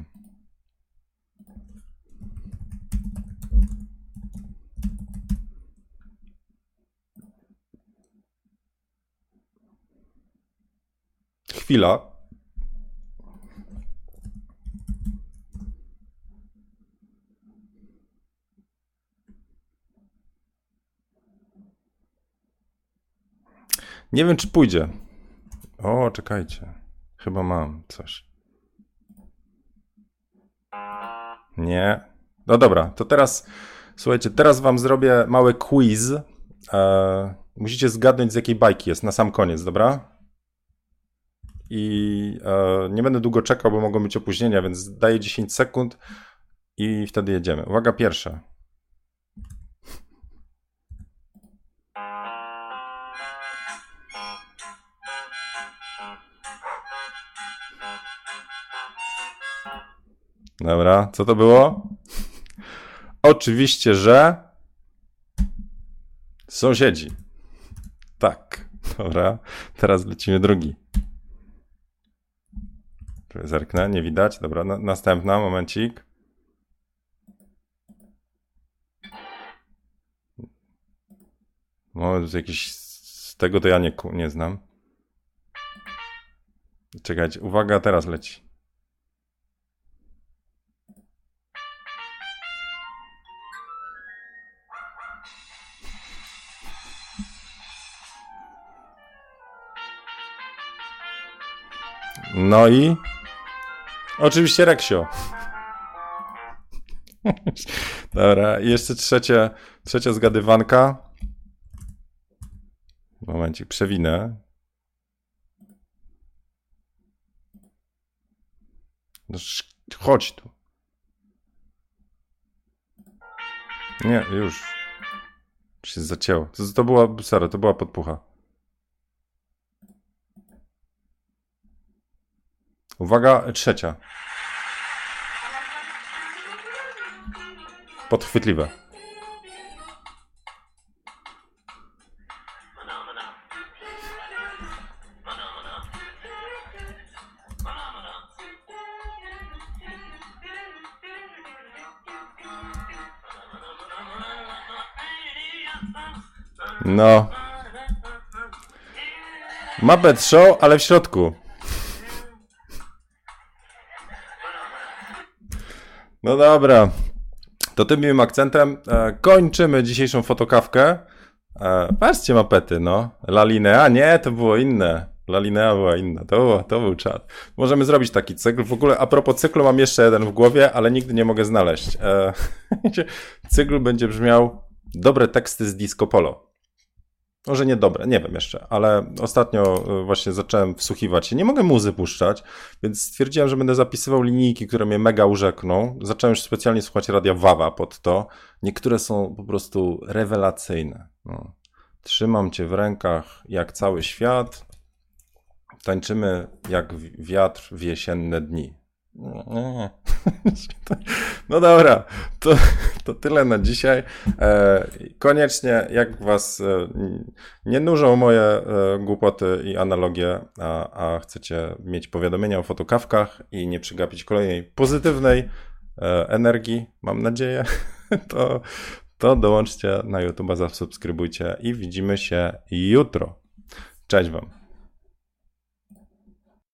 Chwila. Nie wiem, czy pójdzie. O, czekajcie. Chyba mam coś. Nie. No dobra, to teraz, słuchajcie, teraz wam zrobię mały quiz. E, musicie zgadnąć, z jakiej bajki jest na sam koniec, dobra? I e, nie będę długo czekał, bo mogą być opóźnienia, więc daję dziesięć sekund i wtedy jedziemy. Uwaga, pierwsza. Dobra, co to było? Oczywiście, że sąsiedzi. Tak, dobra. Teraz lecimy drugi. Zerknę, nie widać. Dobra, na, następna, momencik. No, jakiś z tego to ja nie, nie znam. Czekajcie, uwaga, teraz leci. No i oczywiście Reksio. Dobra, i jeszcze trzecie, trzecia zgadywanka. Momencik, przewinę. No, chodź tu. Nie, już. Się zacięło. To, to była, sorry, to była podpucha. Uwaga, trzecia. Podchwytliwe. No. Muppet Show, ale w środku. No dobra. To tym miłym akcentem e, kończymy dzisiejszą fotokawkę. E, patrzcie mapety, no. La Linea, nie, to było inne. La Linea była inna, to, było, to był czat. Możemy zrobić taki cykl. W ogóle a propos cyklu mam jeszcze jeden w głowie, ale nigdy nie mogę znaleźć. E, cykl będzie brzmiał dobre teksty z Disco Polo. Może nie dobre, nie wiem jeszcze, ale ostatnio właśnie zacząłem wsłuchiwać się. Nie mogę muzy puszczać, więc stwierdziłem, że będę zapisywał linijki, które mnie mega urzekną. Zacząłem już specjalnie słuchać radia Wawa pod to. Niektóre są po prostu rewelacyjne. No. Trzymam cię w rękach jak cały świat. Tańczymy jak wiatr w jesienne dni. No dobra, to, to tyle na dzisiaj. E, koniecznie, jak was e, nie nużą moje e, głupoty i analogie, a, a chcecie mieć powiadomienia o fotokawkach i nie przegapić kolejnej pozytywnej e, energii, mam nadzieję, to, to dołączcie na YouTube'a, zasubskrybujcie i widzimy się jutro. Cześć wam.